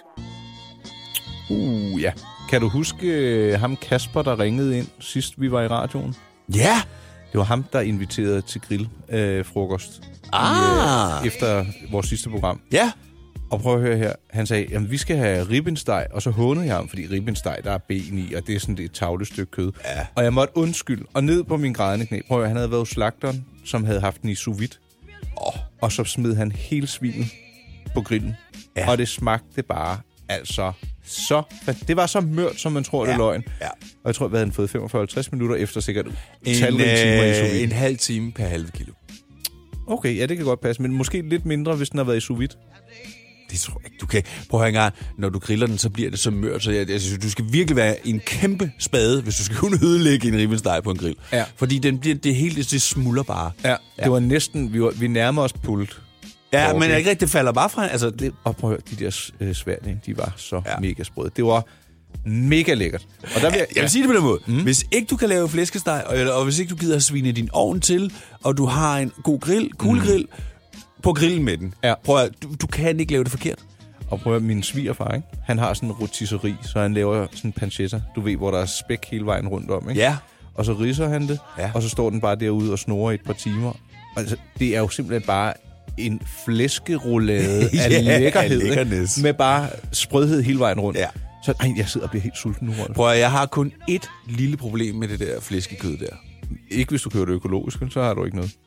Uh, ja. Kan du huske øh, ham Kasper, der ringede ind sidst vi var i radioen? Ja! Det var ham, der inviterede til grillfrokost øh, frokost Ah. i, øh, efter vores sidste program. Ja. Og prøv at høre her. Han sagde, jamen vi skal have ribbensteg, og så hånede jeg ham, fordi ribbensteg, der er ben i, og det er sådan det et tavlestykke kød. Ja. Og jeg måtte undskylde, og ned på min grædende knæ. Prøv at høre, han havde været hos slagteren, som havde haft den i sous vide. Oh. Og så smed han hele svinet på grillen. Ja. Og det smagte bare, altså, så... Det var så mørt, som man tror, det er Ja. løgn. Ja. Og jeg tror, vi havde den fået femogfyrre til halvtreds minutter efter sikkert En, talrige timer i sous øh, vide. en halv time per halve kilo. Okay, ja, det kan godt passe, men måske lidt mindre, hvis den har været i sous vide. Det tror jeg ikke, du kan. Prøv at høre engang, når du griller den, så bliver det så mørt, så jeg, jeg synes, du skal virkelig være en kæmpe spade, hvis du skal kunne ødelægge en ribbensteg på en grill. Ja. Fordi den bliver, det hele det smuldrer bare. Ja, ja. Det var næsten... Vi, var, vi nærmer os pult. Ja, Okay. men ikke rigtig, det falder bare fra. Altså, det, Og prøv at høre, de der øh, sværting, de var så Ja. ja. mega sprøde. Det var mega lækkert. Og der vil jeg, jeg vil sige det på den måde. Mm. Hvis ikke du kan lave flæskesteg, og, og hvis ikke du gider at svine din ovn til, og du har en god grill, kuglegrill, mm. på grillen med den. Ja. Prøv at, du, du kan ikke lave det forkert. Og prøv at min svigerfar, ikke? Han har sådan en rotisserie, så han laver sådan en pancetta, du ved, hvor der er spæk hele vejen rundt om, ikke? Ja. Og så ridser han det, Ja. og så står den bare derude og snorer i et par timer. Altså, det er jo simpelthen bare en flæskeroulade af Ja, lækkerhed, af lækkerness. ikke? Med bare sprødhed hele vejen rundt. Ja. Så ej, jeg sidder og bliver helt sulten nu, Rolf. Prøv at, jeg har kun ét lille problem med det der flæskekød der. Ikke hvis du kører det økologisk, så har du ikke noget.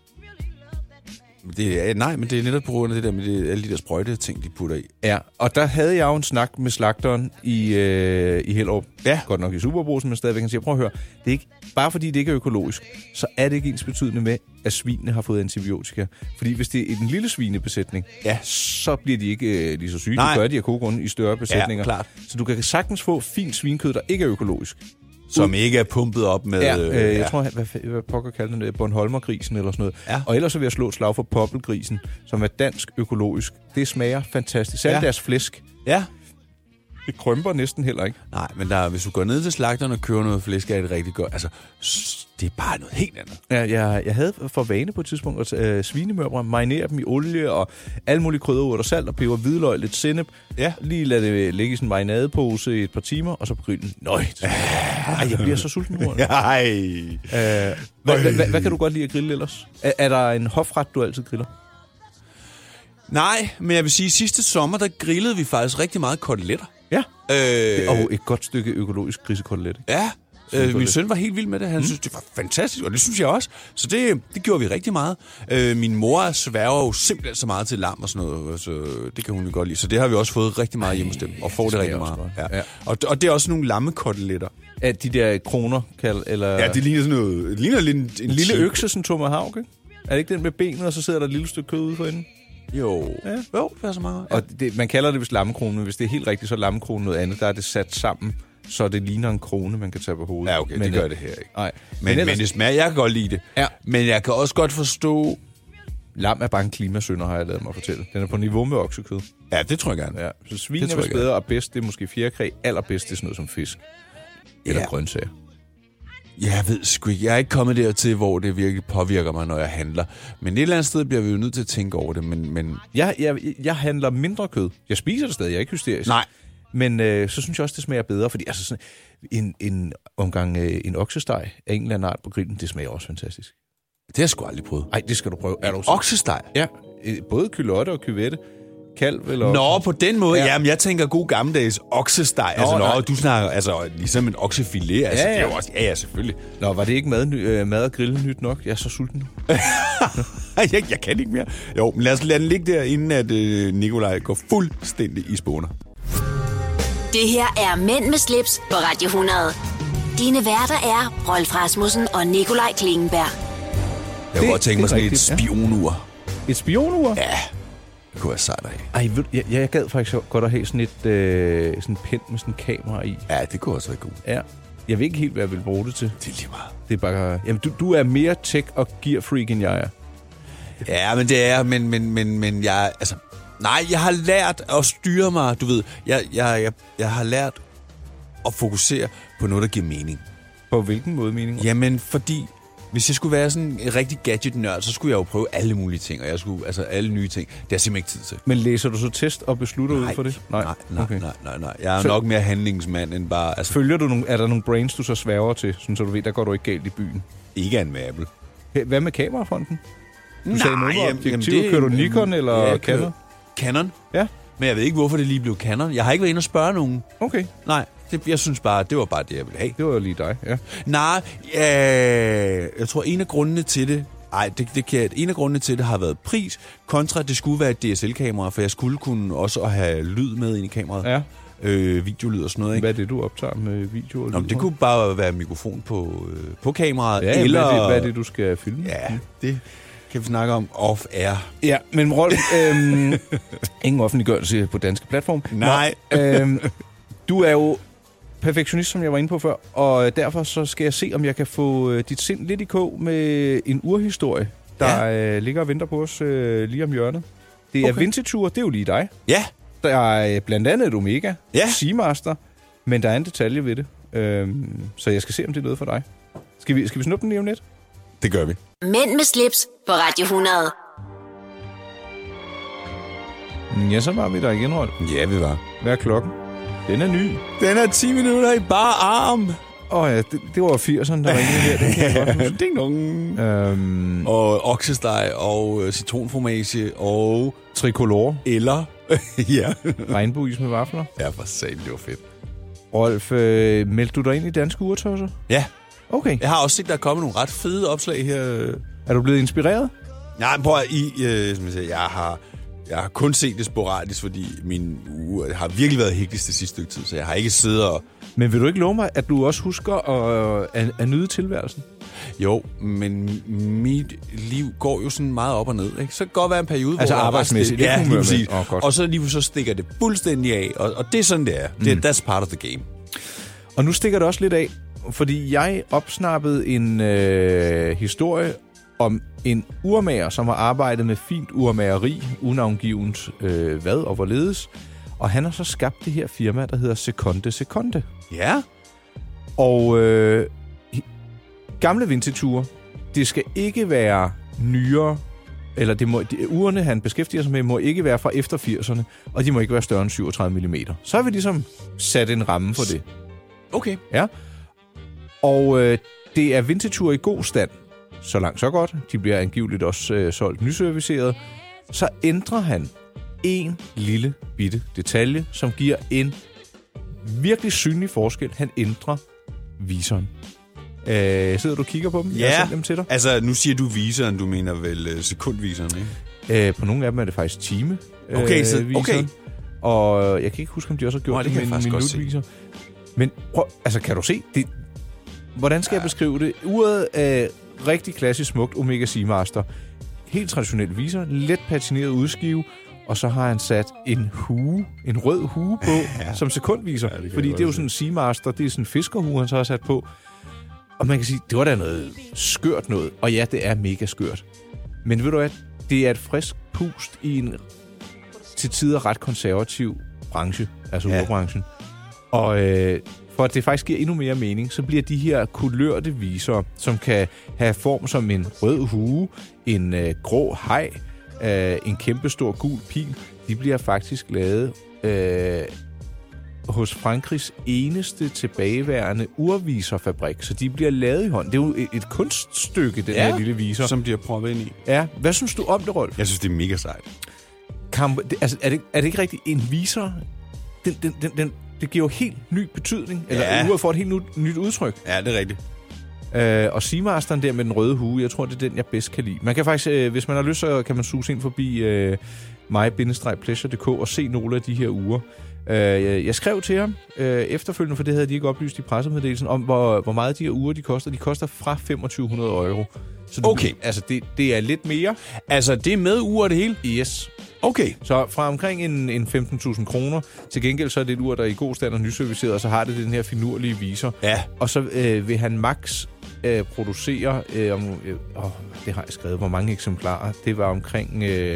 Det er, nej, men det er netop på grund af det der med det, alle de der sprøjte ting, de putter i. Ja, og der havde jeg jo en snak med slagteren i, øh, i Hellerup. Ja. Godt nok i Superbrugsen, men stadigvæk. Han siger, prøv at høre, det er ikke, bare fordi det ikke er økologisk, så er det ikke ens betydende med, at svinene har fået antibiotika. Fordi hvis det er en lille svinebesætning, Ja. så bliver de ikke øh, lige så syge. Nej. Det gør de af gode grunde i større besætninger. klart. Så du kan sagtens få fint svinkød, der ikke er økologisk. Som ikke er pumpet op med... Ja, øh, jeg ja. tror, hvad, hvad pokker kalder den det? Bornholmergrisen eller sådan noget. Ja. Og ellers så vil jeg slå et slag for poppelgrisen, som er dansk økologisk. Det smager fantastisk. Selv Ja. deres flæsk. Ja. Det krymper næsten heller ikke. Nej, men der, hvis du går ned til slagteren og køber noget flæsk, er det rigtig godt. Altså, s- det er bare noget helt andet. Ja, jeg, jeg havde for vane på et tidspunkt at øh, svinemørbrød, marinere dem i olie og alle mulige krydderurter, salt og peber, hvidløg, lidt sennep. Ja. Lige lade det ligge i sådan en marinadepose i et par timer, og så på grillen. Nøj, ej, jeg bliver så sulten nu. Ja. Nej. Øh, hvad, hvad, hvad, hvad kan du godt lide at grille ellers? Er, er der en hofret, du altid griller? Nej, men jeg vil sige, at sidste sommer, der grillede vi faktisk rigtig meget koteletter. Ja. Øh, Og et godt stykke økologisk grisekotelet. Ja, Synes øh, du min det? søn var helt vild med det. Han mm. synes, det var fantastisk, og det synes jeg også. Så det, det gjorde vi rigtig meget. Øh, min mor sværger jo simpelthen så meget til lam og sådan noget, så det kan hun jo godt lide. Så det har vi også fået rigtig meget hjemme hos dem, og får det, det rigtig smager meget. også godt. Ja. Ja. Og, og det er også nogle lammekoteletter. Er de der kroner, kald, eller Ja, det ligner sådan noget. Det ligner lidt en, en lille økse, sådan tomahawk, ikke? Er det ikke den med benet, og så sidder der et lille stykke kød ude for enden? Jo, Ja. jo, det er så meget. Ja. Og det, man kalder det vist lammekrone, men hvis det er helt rigtigt, så er lammekrone noget andet. Der er det sat sammen, så det ligner en krone, man kan tage på hovedet. Ja, okay, men, det gør øh, det her ikke. Nej, Men, men, men det smager, jeg kan godt lide det. Ja. Men jeg kan også godt forstå... lam er bare en klimasynder, har jeg lavet mig fortælle. Den er på niveau med oksekød. Ja, det tror jeg gerne. Ja, så svin Det er tror vist jeg bedre, og bedst det er måske fjerkræ. Allerbedst det er sådan noget som fisk. Eller Ja. grøntsager. Jeg ved sgu ikke. Jeg er ikke kommet dertil, hvor det virkelig påvirker mig, når jeg handler. Men et eller andet sted bliver vi jo nødt til at tænke over det. Men, men... Jeg, jeg, jeg handler mindre kød. Jeg spiser det stadig, jeg er ikke hysterisk. Nej. Men øh, så synes jeg også, det smager bedre, fordi altså sådan, en, en omgang øh, en oksesteg af en eller anden art på grillen, det smager også fantastisk. Det har jeg sgu aldrig prøvet. Nej, det skal du prøve. Er du oksesteg? Ja, øh, både kylotte og kyvette. Kalv eller... Nå, på den måde. Ja. Jamen, jeg tænker god gammeldags oksesteg. Nå, altså, nej. når du snakker, altså, ligesom en oksefilet. Altså, Ja, ja. det er jo også, ja, ja, selvfølgelig. Nå, var det ikke mad, øh, mad og grillen nyt nok? Jeg er så sulten nu. jeg, jeg kan ikke mere. Jo, men lad os lade den ligge der, inden at øh, Nikolaj går fuldstændig i spåner. Det her er Mænd med slips på Radio hundrede. Dine værter er Rolf Rasmussen og Nikolaj Klingenberg. Jeg kunne Det- godt tænke det mig er sådan et rigtigt, ja. spionur. Et spionur? Ja, det kunne være sejt at have. Ej, ved, jeg, jeg gad faktisk godt at have sådan et øh, sådan pen med sådan en kamera i. Ja, det kunne også være godt. Ja. Jeg ved ikke helt, hvad jeg vil bruge det til. Det er lige meget. Det er bare... Jamen, du, du er mere tech- og gear-freak, end jeg er. Ja, men det er, men, men, men, men jeg, altså, nej, jeg har lært at styre mig, du ved, jeg, jeg, jeg, jeg har lært at fokusere på noget, der giver mening. På hvilken måde, mening? Jamen, fordi hvis jeg skulle være sådan en rigtig gadget-nørd, så skulle jeg jo prøve alle mulige ting, og jeg skulle, altså alle nye ting. Det har jeg simpelthen ikke tid til. Men læser du så test og beslutter Nej, ud for det? Nej, nej, okay. nej, nej, nej. Jeg er Så- nok mere handlingsmand end bare, altså, Følger du nogle, er der nogle brains, du så sværger til, sådan, så du ved, der går du ikke galt i byen? ikke an med Apple. Hey, hvad med kamerafronten? Du Nej, sagde noget om jamen, objektiv. jamen, det- Kører du Nikon eller Ja, jeg kører Canon? Canon? Ja. Men jeg ved ikke, hvorfor det lige blev Canon. Jeg har ikke været inde og spørge nogen. Okay, Nej, det, jeg synes bare, det var bare det, jeg ville have. det var jo lige dig, ja. Nej, øh, jeg tror, en af grundene til det, ej, det, det kan, en af grundene til det har været pris, kontra at det skulle være et D S L-kamera, for jeg skulle kunne også have lyd med ind i kameraet. Ja. Øh, videolyd og sådan noget, ikke? Hvad er det, du optager med video? Og Nå, men lyd? det kunne bare være mikrofon på, øh, på kameraet, Ja, eller... hvad, er det, hvad er det, du skal filme? Ja, det kan vi snakke om off-air. Ja, men Rolf, øhm, ingen offentliggørelse på danske platform. Nej. Nå, øhm, du er jo perfektionist, som jeg var inde på før, og derfor så skal jeg se, om jeg kan få øh, dit sind lidt i kog med en urhistorie, der ja. øh, ligger og venter på os øh, lige om hjørnet. Det er Okay. okay. Vintage-ture, det er jo lige dig. Ja, Der er øh, blandt andet et Omega, Ja. Seamaster, men der er en detalje ved det. Øhm, så jeg skal se, om det er noget for dig. Skal vi, skal vi snuppe den lige om lidt? det gør vi. Mænd med slips på Radio hundrede. Ja, så var vi der igen, Rolf. Ja, vi var. Hvad er klokken? Den er ny. Den er ti minutter i bare arm. Åh oh, ja, det, det var firserne, der var inde her. Det kan jeg godt huske. Ding dong. Øhm, Og oksesteg og øh, citronformage og... Tricolore. Eller... ja. Regnbueis med vafler. Ja, for satan, det var fedt. Rolf, øh, meldte du dig ind i Danske Urtosser? Ja, Okay. jeg har også set, der er kommet nogle ret fede opslag her. Er du blevet inspireret? Nej, prøv at I... Øh, som jeg, siger, jeg har... Jeg har kun set det sporadisk, fordi min uge har virkelig været hektisk det sidste stykke tid, så jeg har ikke siddet og... Men vil du ikke love mig, at du også husker at, at, at nyde tilværelsen? Jo, men mit liv går jo sådan meget op og ned, ikke? Så kan det godt være en periode, Altså hvor... jeg er ret arbejdsmæssigt, stille. det Ja, kunne lige man præcis. med. Åh, godt. Og så lige så stikker det fuldstændig af, og, og det er sådan, det er. Mm. Det, that's part of the game. Og nu stikker det også lidt af, fordi jeg opsnappede en øh, historie om en urmager, som har arbejdet med fint urmageri, unavngivent øh, hvad og hvorledes. Og han har så skabt det her firma, der hedder Seconde Seconde. Ja. Og øh, gamle vintage-ure, det skal ikke være nyere, eller det må, de, urene, han beskæftiger sig med, må ikke være fra efter firserne, og de må ikke være større end syvogtredive millimeter. Så har vi ligesom sat en ramme for det. Okay. Ja. Og øh, det er vintage-ure i god stand. Så langt, så godt. De bliver angiveligt også øh, solgt nyserviceret. Så ændrer han en lille bitte detalje, som giver en virkelig synlig forskel. Han ændrer viseren. Øh, sidder du og kigger på dem? Jeg har Ja, sendt dem til dig. altså nu siger du viseren, du mener vel uh, sekundviseren, ikke? Øh, på nogle af dem er det faktisk time. Okay, så- viseren. okay. Og jeg kan ikke huske, om de også har gjort Nej, det det kan med jeg en faktisk godt se. minutviser. Men prøv, altså kan du se? Det, hvordan skal ja. jeg beskrive det? Uret er rigtig klassisk smukt Omega Seamaster. Helt traditionel viser, let patineret udskive, og så har han sat en hue, en rød hue på, ja. som sekundviser. Ja, det fordi det er jo sådan en Seamaster, det er sådan en fiskerhue, han så har sat på. Og man kan sige, det var da noget skørt noget. Og ja, det er mega skørt. Men ved du hvad? Det er et frisk pust i en til tider ret konservativ branche, altså Ja. urbranchen. Og øh, for at det faktisk giver endnu mere mening, så bliver de her kulørte viser, som kan have form som en rød hue, en øh, grå haj, øh, en kæmpestor gul pil, de bliver faktisk lavet øh, hos Frankrigs eneste tilbageværende urviserfabrik. Så de bliver lavet i hånd. Det er jo et, et kunststykke, den ja, her lille viser. Som bliver proppet ind i. Ja. Hvad synes du om det, Rolf? Jeg synes, det er mega sejt. Kan, det, altså, er, det, er det ikke rigtigt? En viser, den, den, den, den, det giver jo helt ny betydning. Eller ja. uret får et helt nyt, nyt udtryk. Ja, det er rigtigt. Øh, og Seamasteren der med den røde hue, jeg tror, det er den, jeg bedst kan lide. Man kan faktisk, øh, hvis man har lyst, så kan man suge ind forbi øh, my bindestreg pleasure punktum d k og se nogle af de her uger. Øh, jeg skrev til ham øh, efterfølgende, for det havde de ikke oplyst i pressemeddelelsen, om hvor, hvor meget de her uger de koster. De koster fra femogtyve hundrede euro. Så du, okay. Altså, det, det er lidt mere. Altså, det er med uger det hele? Yes. Okay. Så fra omkring en, en femten tusind kroner. Til gengæld så er det et ur, der er i god stand og nyserviceret, og så har det den her finurlige viser. Ja. Og så øh, vil han max øh, producere, øh, om, øh, åh, det har jeg skrevet, hvor mange eksemplarer. Det var omkring... Øh,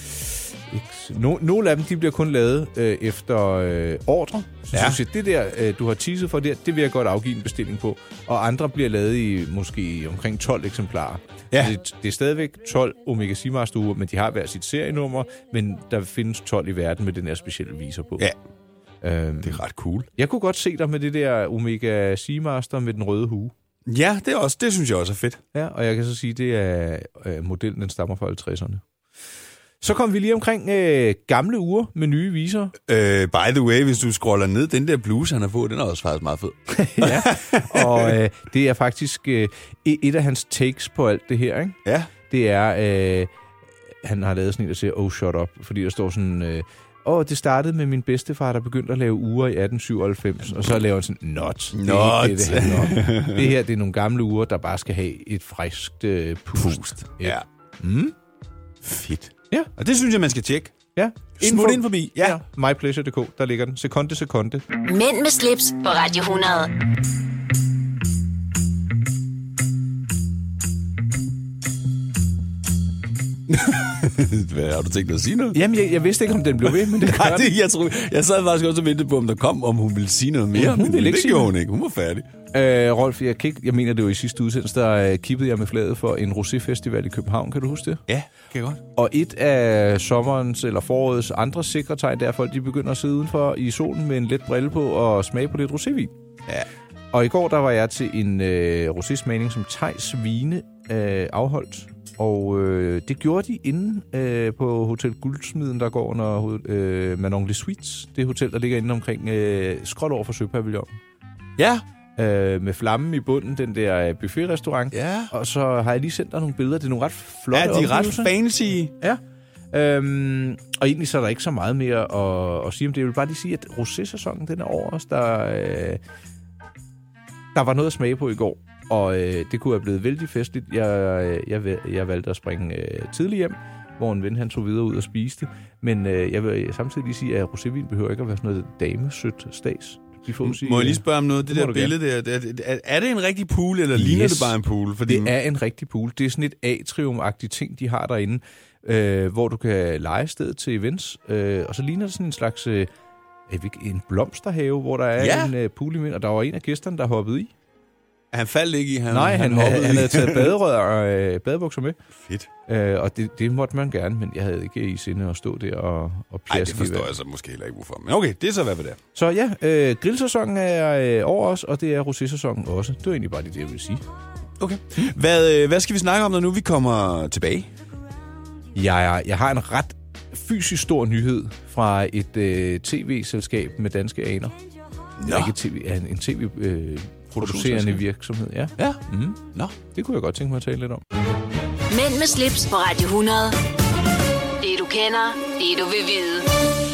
No, nogle af dem, de bliver kun lavet øh, efter øh, ordre. Så ja. synes jeg, det der, øh, du har teaset for der, det vil jeg godt afgive en bestilling på. Og andre bliver lavet i måske omkring tolv eksemplarer. Ja. Det, det er stadigvæk tolv Omega Seamaster-uger, men de har hver sit serienummer, men der findes tolv i verden med den her specielle viser på. Ja, øhm, det er ret cool. Jeg kunne godt se dig med det der Omega Seamaster med den røde hue. Ja, det, er også, det synes jeg også er fedt. Ja, og jeg kan så sige, det er øh, modellen, den stammer fra halvtredserne. Så kom vi lige omkring øh, gamle uger med nye viser. Uh, by the way, hvis du scroller ned, den der bluse, han har fået, den er også faktisk meget fed. Ja, og øh, det er faktisk øh, et af hans takes på alt det her, ikke? Ja. Det er, øh, han har lavet sådan en, der siger, oh, shut up, fordi der står sådan... Øh, Åh, oh, det startede med min bedstefar, der begyndte at lave uger i atten syvoghalvfems, og så laver han sådan, not. Not. Det, det, det, det her, det er nogle gamle uger, der bare skal have et friskt øh, pust. pust. Ja. Mm. Fedt. Ja. Og det synes jeg, man skal tjekke. Ja. Smut ind forbi. Ja. ja. my pleasure punktum d k, der ligger den. Sekunde, sekunde. Mænd med slips på Radio hundrede. Hvad, har du tænkt dig at sige noget? Jamen, jeg, jeg vidste ikke, om den blev ved, men det Nej, det, jeg, tror, jeg sad faktisk også og ventede på, om der kom, om hun ville sige noget mere. Ja, hun men ville ikke det sige gjorde hun ikke. Hun var færdig. Øh, Rolf, jeg, kig, jeg mener, det var i sidste udsendelse, der uh, kippede jeg med flaget for en rosé-festival i København. Kan du huske det? Ja, kan jeg godt. Og et af sommerens eller forårets andre sikre tegn, der er folk, de begynder at sidde udenfor i solen med en let brille på og smage på lidt rosévin. Ja. Og i går, der var jeg til en øh, rosé-smagning, som Theis Vine øh, afholdt. Og øh, det gjorde de inde øh, på Hotel Guldsmeden, der går under øh, Manon Les Suites. Det hotel, der ligger inde omkring øh, skråt over for Søpavillonen. Ja. Øh, med flammen i bunden, den der buffetrestaurant. Ja. Og så har jeg lige sendt dig nogle billeder. Det er nogle ret flotte Ja, de er ret oplevelser. fancy. Ja. Øhm, og egentlig så er der ikke så meget mere at, at sige om det. Jeg vil bare lige sige, at rosé-sæsonen, den er over os. Der, øh, der var noget at smage på i går. Og øh, det kunne have blevet vældig festligt. Jeg, jeg, jeg valgte at springe øh, tidligt hjem, hvor en ven han tog videre ud og spiste. Men øh, jeg vil samtidig lige sige, at rosévin behøver ikke at være sådan noget damesødt stads. De får sige, Må jeg lige spørge om noget? Det, det der billede der, er, er det en rigtig pool, eller yes. ligner det bare en pool? Fordi... Det er en rigtig pool. Det er sådan et atrium-agtigt ting, de har derinde, øh, hvor du kan lege sted til events. Øh, og så ligner det sådan en slags øh, en blomsterhave, hvor der er ja. en øh, pool i midten, og der var en af gæsterne, der hoppede i. Han faldt ikke i? Han, Nej, han, han, han, han havde taget baderør og øh, badebukser med. Fedt. Øh, og det, det måtte man gerne, men jeg havde ikke i sinde at stå der og, og pjaske. Nej, det forstår jeg så måske heller ikke, hvorfor. Men okay, det er så hvad ved det. Så ja, øh, grillsæsonen er øh, over os, og det er rosé-sæsonen også. Det var egentlig bare det, jeg ville sige. Okay. Hvad, øh, hvad skal vi snakke om, når nu vi kommer tilbage? Jeg, jeg har en ret fysisk stor nyhed fra et øh, tv-selskab med danske aner. Nå. Ikke tv, en, en tv... Øh, producerende virksomhed, ja. Ja. Mm-hmm. Nå, det kunne jeg godt tænke mig at tale lidt om. Mænd med slips på Radio hundrede. Det du kender, det du vil vide.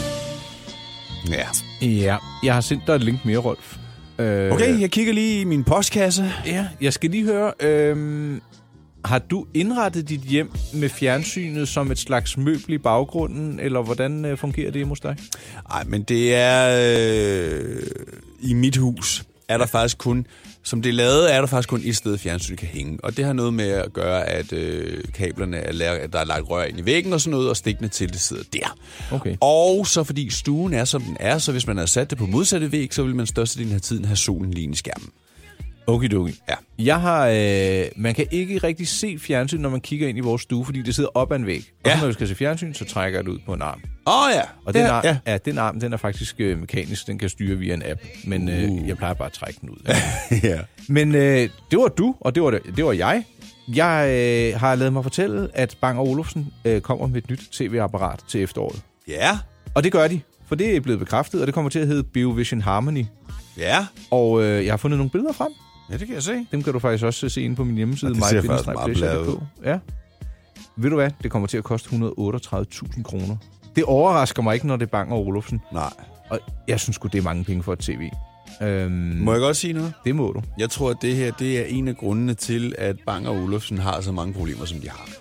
Ja. Ja, jeg har sendt dig et link mere, Rolf. Øh, okay, jeg kigger lige i min postkasse. Ja, jeg skal lige høre... Øh, har du indrettet dit hjem med fjernsynet som et slags møbel i baggrunden, eller hvordan øh, fungerer det hjemme hos dig? Nej, men det er øh, i mit hus. er der faktisk kun, som det er lavet, er der faktisk kun et sted, fjernsynet kan hænge. Og det har noget med at gøre, at øh, kablerne, er la- der er lagt rør ind i væggen og sådan noget, og stikkene til det sidder der. Okay. Og så fordi stuen er, som den er, så hvis man har sat det på modsatte væg, så vil man størstedelen af tiden have solen lige i skærmen. Okidoki. Ja. Jeg har, øh, man kan ikke rigtig se fjernsyn, når man kigger ind i vores stue, fordi det sidder op ad en væg. Og Ja. så når vi skal se fjernsyn, så trækker jeg det ud på en arm. Åh oh, ja. Og den, ja, arm, ja. ja, den arm, den er faktisk øh, mekanisk. Den kan styre via en app. Men øh, Uh. jeg plejer bare at trække den ud. Ja. ja. Men øh, det var du, og det var, det, det var jeg. Jeg øh, har lavet mig fortælle, at Bang og Olufsen øh, kommer med et nyt tv-apparat til efteråret. Ja. Og det gør de, for det er blevet bekræftet, og det kommer til at hedde BeoVision Harmony. Ja. Og øh, jeg har fundet nogle billeder frem. Ja, det kan jeg se. Dem kan du faktisk også se inde på min hjemmeside. Og det ser my faktisk meget bladet ud. Ja. Ved du hvad? Det kommer til at koste et hundrede og otteogtredive tusind kroner. Det overrasker mig ikke, når det er Bang og Olufsen. Nej. Og jeg synes sgu, det er mange penge for et tv. Øhm, Må jeg godt sige noget? det må du. Jeg tror, at det her det er en af grundene til, at Bang og Olufsen har så mange problemer, som de har.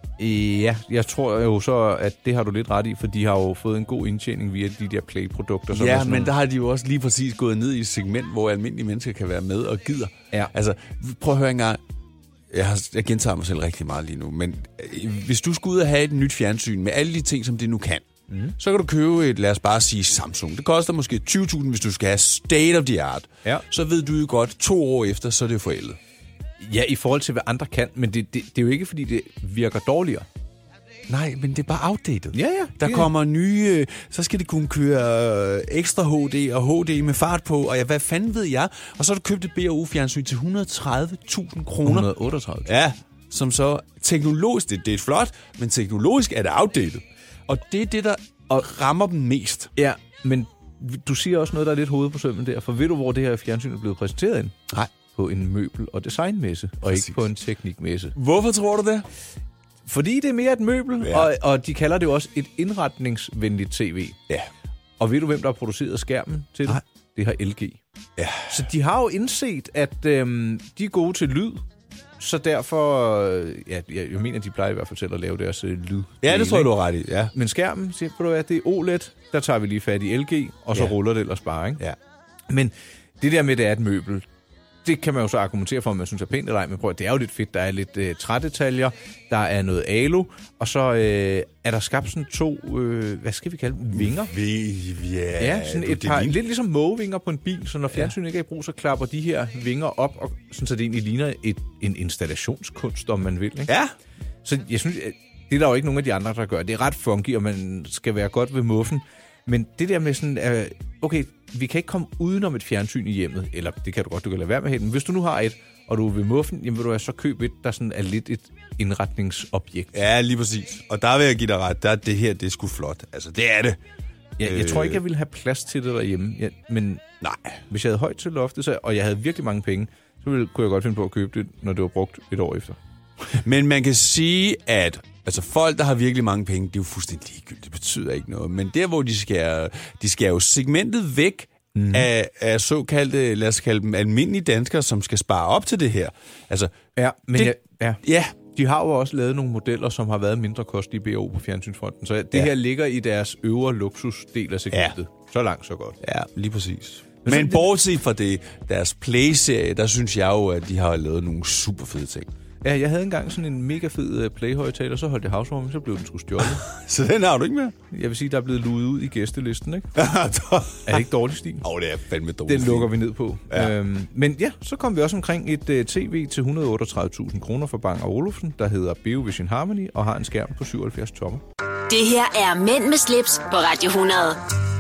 Ja, jeg tror jo så, at det har du lidt ret i, for de har jo fået en god indtjening via de der Play-produkter. Som er Ja, sådan men nogle- der har de jo også lige præcis gået ned i et segment, hvor almindelige mennesker kan være med og gider. Ja. Altså, prøv at høre engang. Jeg, har, jeg gentager mig selv rigtig meget lige nu, men øh, hvis du skulle ud og have et nyt fjernsyn med alle de ting, som det nu kan, mm. så kan du købe et, lad os bare sige Samsung. Det koster måske tyve tusind, hvis du skal have state of the art. Ja. Så ved du jo godt, to år efter, så er det forældet. Ja, i forhold til, hvad andre kan, men det, det, det er jo ikke, fordi det virker dårligere. Nej, men det er bare outdated. Ja, ja. Der det- kommer nye, så skal det kunne køre øh, ekstra H D og H D med fart på, og ja, hvad fanden ved jeg? Og så har du købt et B og O-fjernsyn til et hundrede og tredive tusind kroner. et hundrede og otteogtredive. Ja, som så teknologisk, det, det er flot, men teknologisk er det outdated. Og det er det, der rammer dem mest. Ja, men du siger også noget, der er lidt hoved på sømmen der, for ved du, hvor det her fjernsyn er blevet præsenteret ind? Nej. På en møbel- og designmesse, og Præcis. ikke på en teknikmesse. Hvorfor tror du det? Fordi det er mere et møbel, Ja. og, og de kalder det jo også et indretningsvenligt tv. Ja. Og ved du, hvem der har produceret skærmen til det? Nej. Det har L G. Ja. Så de har jo indset, at øhm, de er gode til lyd, så derfor, øh, ja, jeg, jeg mener, de plejer i hvert fald selv at lave deres øh, lyd. Ja, det tror jeg, du har ret i. Ja. Men skærmen, siger du hvad, det er O L E D, der tager vi lige fat i L G, og så Ja. ruller det ellers bare, ikke? Ja. Men det der med, det er et møbel, det kan man jo så argumentere for, om man synes er pænt eller ej, men prøv at, det er jo lidt fedt. Der er lidt øh, trædetaljer, der er noget alu, og så øh, er der skabt sådan to, øh, hvad skal vi kalde dem, vinger? Vi, ja, Ja, sådan du, et det par, ligner- lidt ligesom mågevinger på en bil, så når fjernsynet ikke er i brug, så klapper de her vinger op, og sådan, så det egentlig ligner et, en installationskunst, om man vil. Ikke? Ja. Så jeg synes, at det er der jo ikke nogen af de andre, der gør. Det er ret funky, og man skal være godt ved muffen. Men det der med sådan, øh, okay, vi kan ikke komme udenom et fjernsyn i hjemmet, eller det kan du godt, du kan lade være med helt, men hvis du nu har et, og du er ved muffen, jamen vil du så købe et, der sådan er lidt et indretningsobjekt. Ja, lige præcis. Og der vil jeg give dig ret. Der er det her, det er sgu flot. Altså, det er det. Jeg, jeg tror ikke, jeg ville have plads til det derhjemme, ja, men Nej. hvis jeg havde højt til loftet, så, og jeg havde virkelig mange penge, så ville, kunne jeg godt finde på at købe det, når det var brugt et år efter. Men man kan sige, at altså, folk, der har virkelig mange penge, det er jo fuldstændig ligegyldigt. Det betyder ikke noget. Men der, hvor de skærer, de skærer jo segmentet væk mm. af, af såkaldte, lad os kalde dem, almindelige danskere, som skal spare op til det her. Altså, Ja, men det, jeg, ja. ja, De har jo også lavet nogle modeller, som har været mindre kostelige B O på fjernsynsfronten. Så det Ja. her ligger i deres øvre luksusdel af segmentet. Ja. Så langt, så godt. ja, lige præcis. Men Men så- bortset fra det, deres Play-serie, der synes jeg jo, at de har lavet nogle super fede ting. Ja, jeg havde engang sådan en mega fed uh, Play-højtaler, så holdt jeg housewarming, så blev den sgu stjålet. Så den har du ikke mere? Jeg vil sige, der er blevet luet ud i gæstelisten, ikke? Er det ikke dårlig stil? Åh, oh, det er fandme dårligt. Den lukker vi ned på. Ja. Øhm, men ja, så kom vi også omkring et uh, tv til et hundrede og otteogtredive tusind kroner for Bang og Olufsen, der hedder BeoVision Harmony og har en skærm på syvoghalvfjerds tommer. Det her er Mænd med slips på Radio hundrede.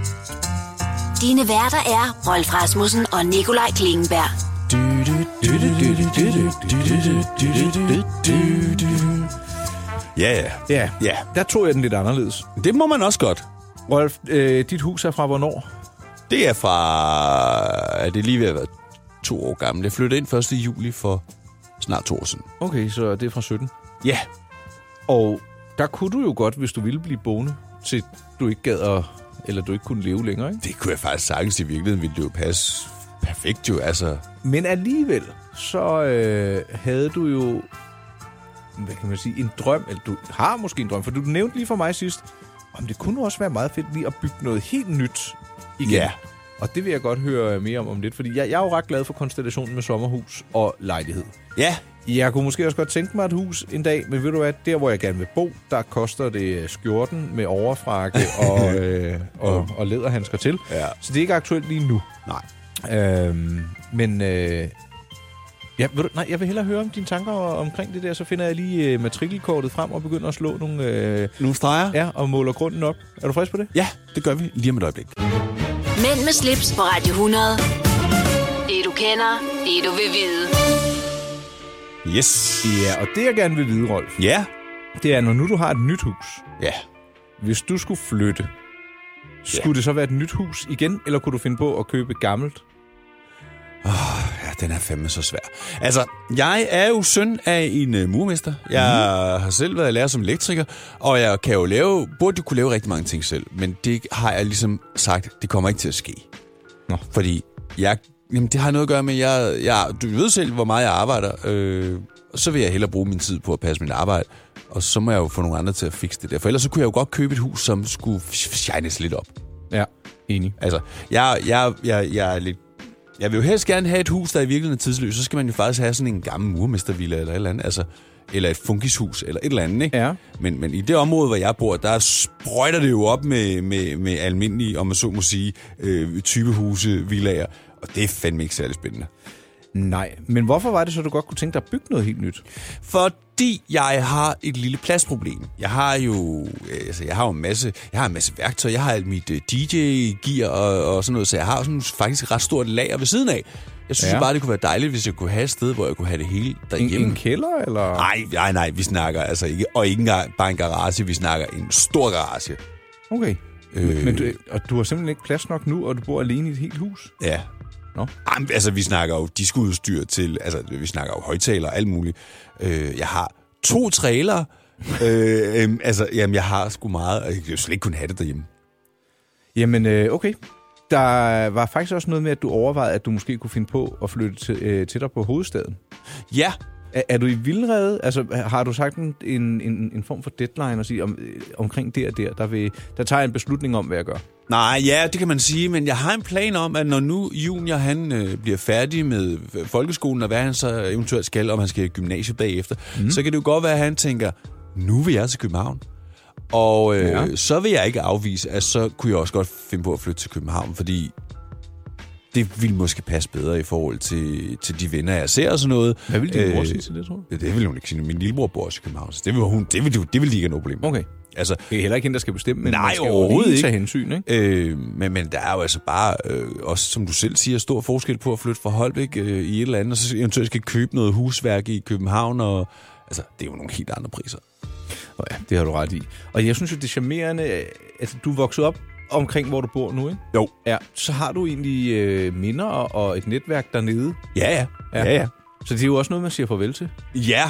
Dine værter er Rolf Rasmussen og Nikolaj Klingenberg. Ja, ja. Ja, Ja. der tog jeg den lidt anderledes. Det må man også godt. Rolf, øh, dit hus er fra hvornår? Det er fra... Er det lige ved at være to år gammel. Jeg flyttede ind første juli for snart to år siden. Okay, så det er fra sytten. Ja. Og der kunne du jo godt, hvis du ville blive boende, til du ikke gad at, eller du ikke kunne leve længere, ikke? Det kunne jeg faktisk sagtens i virkeligheden, ville det jo passe perfekt jo, altså. Men alligevel, så øh, havde du jo, hvad kan man sige, en drøm, eller du har måske en drøm, for du nævnte lige for mig sidst, om det kunne også være meget fedt lige at bygge noget helt nyt igen. Ja. og det vil jeg godt høre mere om om lidt, fordi jeg, jeg er jo ret glad for konstellationen med sommerhus og lejlighed. Ja. Jeg kunne måske også godt tænke mig et hus en dag, men ved du hvad, der hvor jeg gerne vil bo, der koster det skjorten med overfrakke og, øh, og, og læderhandsker til. Ja. Så det er ikke aktuelt lige nu. Nej. Øhm, men øh, ja, ved du, nej, jeg vil hellere høre om dine tanker omkring det der, så finder jeg lige øh, matrikelkortet frem og begynder at slå nogle, øh, nogle streger. Ja, og måler grunden op. Er du frisk på det? Ja, det gør vi lige om et øjeblik. Mænd med slips på Radio hundrede. Det du kender, det du vil vide. Yes. Ja, og det jeg gerne vil vide, Rolf, Ja. det er, når nu du har et nyt hus. Ja. Hvis du skulle flytte, skulle Ja. det så være et nyt hus igen, eller kunne du finde på at købe et gammelt? Oh, ja, den er fandme så svær. Altså, jeg er jo søn af en uh, murmester. Jeg mm. har selv været lærer som elektriker, og jeg kan jo lave, burde jo kunne lave rigtig mange ting selv, men det har jeg ligesom sagt, det kommer ikke til at ske. Nå. Fordi jeg, jamen, det har noget at gøre med, jeg, jeg, du ved selv, hvor meget jeg arbejder, øh, og så vil jeg hellere bruge min tid på at passe mit arbejde, og så må jeg jo få nogle andre til at fikse det der. For ellers så kunne jeg jo godt købe et hus, som skulle shines lidt op. Ja, enig. Altså, jeg, jeg, jeg, jeg er lidt... Jeg vil jo helst gerne have et hus, der er i virkeligheden tidsløst. Så skal man jo faktisk have sådan en gammel murmestervilla eller et eller andet. Altså, eller et funkishus eller et eller andet, ikke? Ja. Men, men i det område, hvor jeg bor, der sprøjter det jo op med, med, med almindelige, om man så må sige, øh, typehuse, villager. Og det er fandme ikke særlig spændende. Nej, men hvorfor var det så, du godt kunne tænke dig at bygge noget helt nyt? Fordi jeg har et lille pladsproblem. Jeg har jo, altså jeg har jo en masse, jeg har en masse værktøj. Jeg har alt mit uh, D J-gear og, og sådan noget, så jeg har sådan faktisk et ret stort lager ved siden af. Jeg synes ja. bare, det kunne være dejligt, hvis jeg kunne have et sted, hvor jeg kunne have det hele derhjemme. En, en kælder, eller? Nej, nej, nej, vi snakker altså ikke, og ikke engang bare en garage, vi snakker en stor garage. Okay, øh, men du, og du har simpelthen ikke plads nok nu, og du bor alene i et helt hus? Ja. Nå. Jamen, altså, vi snakker jo diskudstyr til, altså, vi snakker jo højtaler og alt muligt. Øh, jeg har to trailer. øh, øh, altså, jamen, jeg har sgu meget, og jeg kan jo slet ikke kunne have det derhjemme. Jamen, øh, okay. Der var faktisk også noget med, at du overvejede, at du måske kunne finde på at flytte til, øh, til dig på hovedstaden. Ja. Er, er du i vildrede? Altså, har du sagt en, en, en form for deadline at sige, om, omkring det og der, der, vil, der tager en beslutning om, hvad jeg gør? Nej, ja, det kan man sige, men jeg har en plan om, at når nu Junior han øh, bliver færdig med folkeskolen, og hvad han så eventuelt skal, om han skal i gymnasiet bagefter, mm. så kan det jo godt være, at han tænker, nu vil jeg til København. Og øh, ja. så vil jeg ikke afvise, at så kunne jeg også godt finde på at flytte til København, fordi det ville måske passe bedre i forhold til, til de venner, jeg ser og sådan noget. Hvad vil din bror sige til det, tror du? Det vil hun ikke sige. Min lillebror bor også i København, så det vil, hun, det vil, det vil de ikke have noget problem med. Okay. Altså, det er heller ikke hende, der skal bestemme, men nej, man skal overhovedet ikke tage hensyn, ikke? Øh, men, men der er jo altså bare, øh, også som du selv siger, stor forskel på at flytte fra Holbæk øh, i et eller andet, og så eventuelt skal købe noget husværk i København, og altså, det er jo nogle helt andre priser. Oh ja, det har du ret i. Og jeg synes jo, det er charmerende, at du er vokset op omkring, hvor du bor nu, ikke? Jo. Ja, så har du egentlig øh, minder og et netværk dernede. Ja, ja. Ja, ja. ja. Så det er jo også noget, man siger farvel til. Ja,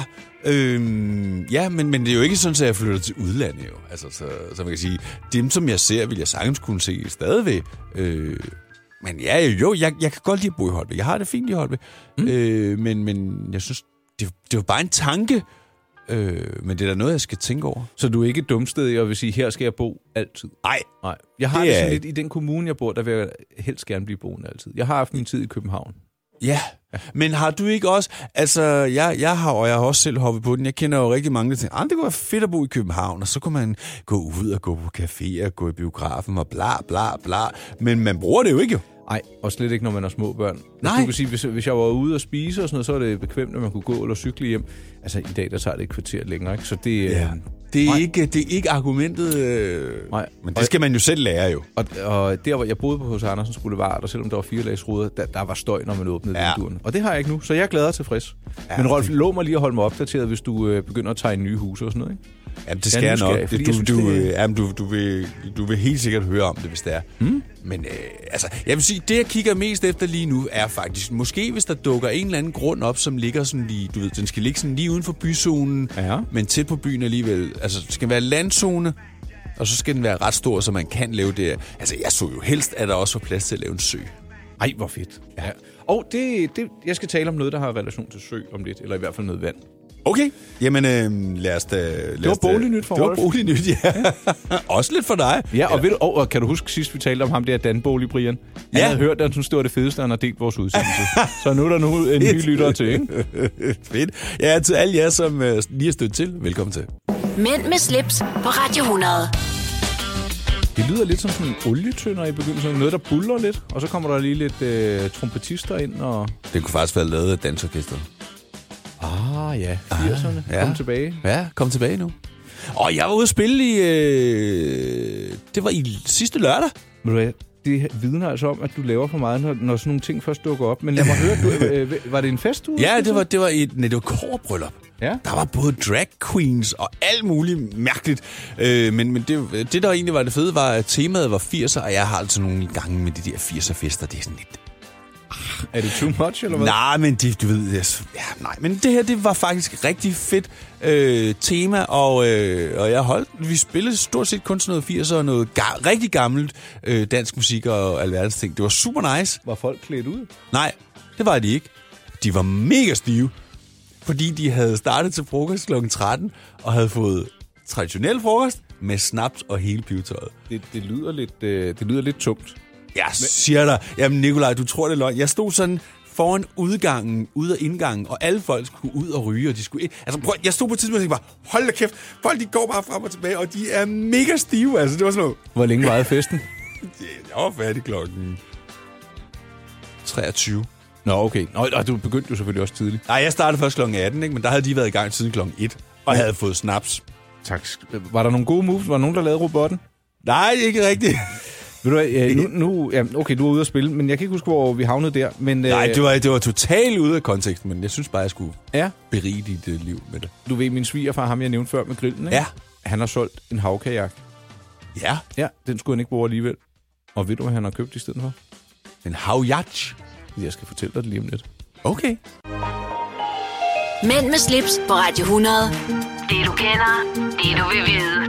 øhm, ja men, men det er jo ikke sådan, at jeg flytter til udlandet jo. Altså, så, så man kan sige, dem som jeg ser, vil jeg sagtens kunne se stadigvæk. Øh, men ja, jo, jeg, jeg kan godt lide at bo i Holbæk. Jeg har det fint i Holbæk. Mm. Øh, men, men jeg synes, det, det var bare en tanke. Øh, men det er da noget, jeg skal tænke over. Så du er ikke dumstedig og vil sige, her skal jeg bo altid? Nej. Nej. Jeg har det, det sådan lidt, i den kommune, jeg bor, der vil jeg helst gerne blive boende altid. Jeg har haft min tid i København. Ja, men har du ikke også, altså jeg, jeg har, og jeg har også selv hoppet på den, jeg kender jo rigtig mange, der tænker, ah, det kunne være fedt at bo i København, og så kunne man gå ud og gå på café og gå i biografen og bla bla bla, men man bruger det jo ikke jo. Nej, og slet ikke, når man har små børn. Nej. Du kan sige, hvis, hvis jeg var ude og spise og sådan noget, så er det bekvemt, at man kunne gå eller cykle hjem. Altså, i dag, der tager det et kvarter længere, ikke? Så det... Ja. Det er, ikke, det er ikke argumentet, øh... Nej. Men det skal man jo selv lære jo. Og, og der, hvor jeg boede på H C Andersens Boulevard, og selvom der var fire lags ruder, der, der var støj, når man åbnede ja. vinduerne. Og det har jeg ikke nu, så jeg er glad og tilfreds. Ja, men Rolf, det... lov mig lige at holde mig opdateret, hvis du øh, begynder at tegne nye huse og sådan noget, ikke? Jamen, det skal jeg nok. Jeg, det, du, synes, du, det... jamen, du, du, vil, du vil helt sikkert høre om det, hvis det er. Hmm? Men øh, altså, jeg vil sige, det jeg kigger mest efter lige nu, er faktisk, måske hvis der dukker en eller anden grund op, som ligger sådan lige, du ved, den skal ligge sådan lige uden for byzonen, ja. men tæt på byen alligevel. Altså, det skal være landzone, og så skal den være ret stor, så man kan lave det. Altså, jeg så jo helst, at der også var plads til at lave en sø. Ej, hvor fedt. Ja. Og det, det, jeg skal tale om noget, der har relation til sø om lidt, eller i hvert fald noget vand. Okay, jamen øh, lad os da... Lad Det var bolignyt for Det var Rolf. bolignyt, ja. Også lidt for dig. Ja, og, ja. Ved du, og, og kan du huske sidst, vi talte om ham der Dan Bolig, Brian? Han Ja. havde hørt, at han synes, det var det fedeste, han har delt vores udsendelse. Så nu er der nu en ny lytter til, ikke? Fedt. Ja, til alle jer, som øh, lige er stødt til. Velkommen til. Mænd med slips på Radio hundrede. Det lyder lidt som sådan en olietønder i begyndelsen. Noget, der buller lidt, og så kommer der lige lidt øh, trompetister ind. Og... Det kunne faktisk være lavet af dansorkestret. Ah ja, firserne. ja. Kom tilbage. Ja, kom tilbage nu. Og jeg var ude at spille i... Øh, det var i sidste lørdag. Ved du hvad? Det vidner altså om, at du laver for meget, når, når sådan nogle ting først dukker op. Men lad mig høre, du, øh, var det en fest, du? Ja, det var, det var et, nej, det var kårbryllup. Ja. Der var både drag queens og alt muligt mærkeligt. Øh, men men det, det, der egentlig var det fede, var, at temaet var firser, og jeg har altså nogle gange med de der firser-fester. Det er sådan lidt... Er det too much, eller hvad? Nej, men det, du ved... Jeg, ja, nej, men det her, det var faktisk rigtig fedt øh, tema, og, øh, og jeg holdt... Vi spillede stort set kun sådan noget firser og noget ga- rigtig gammelt øh, dansk musik og alverdens ting. Det var super nice. Var folk klædt ud? Nej, det var de ikke. De var mega stive, fordi de havde startet til frokost klokken tretten og havde fået traditionel frokost med snaps og hele pivetøjet. Det, det, lyder lidt, øh, det lyder lidt tungt. Jeg siger dig, jamen Nikolaj, du tror det er løgn. Jeg stod sådan foran udgangen, ud af indgangen, og alle folk skulle ud og ryge, og de skulle ind. Altså, prøv, jeg stod på et tidspunkt og tænkte bare, hold da kæft, folk de går bare frem og tilbage, og de er mega stive, altså det var sådan noget. Hvor længe varede festen? Jeg var færdig klokken treogtyve. Nå, okay. Nå, og du begyndte jo selvfølgelig også tidligt. Nej, jeg startede først klokken atten, ikke? Men der havde de været i gang siden klokken et, og havde fået snaps. Tak. Var der nogle gode moves? Var der nogen, der lavede robotten? Nej, ikke rigtigt. Ved du hvad, ja, nu, nu, ja, okay, du er ude at spille, men jeg kan ikke huske, hvor vi havnede der. Men, Nej, øh, det var, det var totalt ude af kontekst, men jeg synes bare, jeg skulle ja, berige dit uh, liv med det. du ved, min svigerfar, ham jeg nævnte før med grillen, ikke? Ja. Han har solgt en havkajak. Ja, Ja, den skulle han ikke bruge alligevel. Og ved du, hvad han har købt i stedet for? en havjatch. Jeg skal fortælle dig det lige om lidt. Okay. Mænd med slips på Radio hundrede. Det du kender, det du vil vide.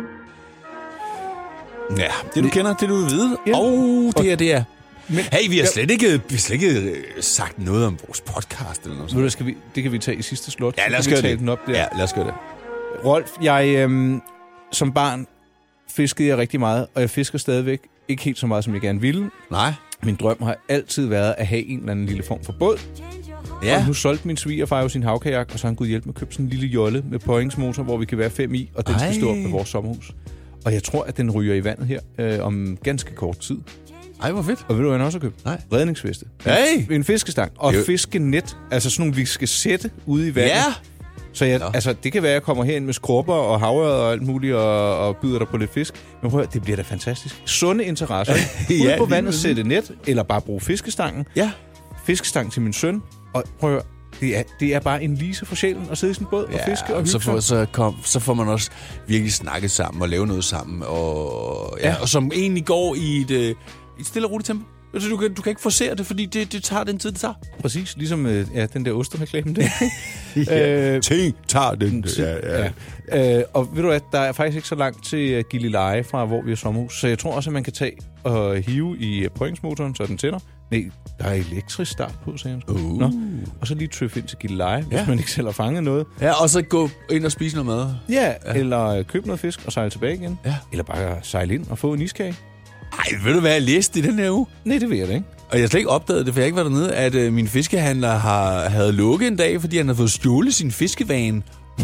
Ja, det du kender, det du vil vide. Ja. Og det her, det er... Men, Hey, vi har ja. slet ikke, vi har slet ikke øh, sagt noget om vores podcast eller noget Ved du, sådan. hvad, skal vi, det kan vi tage i sidste slot. Ja, Så lad os kan vi gøre tale det. den op der. Ja, lad os gøre det. Rolf, jeg øhm, som barn fiskede jeg rigtig meget, og jeg fisker stadigvæk. Ikke helt så meget, som jeg gerne ville. Nej. Min drøm har altid været at have en eller anden lille form for båd. Ja. Og nu solgte min svigerfar jo sin havkajak, og så har han gået hjælp med at købe sådan en lille jolle med påhængsmotor, hvor vi kan være fem i, og den skal Ej. stå op ved vores sommerhus. Og jeg tror, at den ryger i vandet her øh, om ganske kort tid. Ej, hvor fedt. Og ved du, hvad han også har købt? Nej. Redningsveste. Hey! En fiskestang. Og Jo. fiskenet. Altså sådan nogle, vi skal sætte ude i vandet. Ja. Så jeg, Nå. altså, det kan være, at jeg kommer herind med skrubber og havre og alt muligt og, og byder dig på lidt fisk. Men prøv at høre, det bliver da fantastisk. Sunde interesser. Ja, Ude på lige vandet præcis. sætte net, eller bare bruge fiskestangen. Ja. Fiskestang til min søn. Og prøv at høre, det er, det er bare en lise for sjælen at sidde i sådan en båd og fiske og hygge så, får, sig. så, kom, så får man også virkelig snakket sammen og lave noget sammen. Og, ja, Ja. og som egentlig går i et, øh, et stille og roligt tempo. Altså, du, kan, du kan ikke forsere det, fordi det, det tager den tid, det tager. Præcis, ligesom øh, ja, den der osterreklame der. Ja. Ting tager den. Så- Ja, ja. Ja. Øh, og ved du hvad, der er faktisk ikke så langt til uh, Gilleleje fra, hvor vi har sommerhus. Så jeg tror også, at man kan tage og hive i uh, påhængsmotoren, så den tænder. Nej, der er elektrisk start på, sagde han. Uh. Nå. Og så lige tøffe ind til Gilleleje, hvis Ja. man ikke selv har fanget noget. Ja, og så gå ind og spise noget mad. Ja, ja. Eller uh, købe noget fisk og sejle tilbage igen. Ja. Eller bare sejle ind og få en iskage. Ej, ved du hvad jeg læste i den her uge? Nej, det ved jeg da ikke. Og jeg har slet ikke opdaget det, for jeg har ikke været dernede, at øh, min fiskehandler har, havde lukket en dag, fordi han havde fået stjålet sin fiskevane.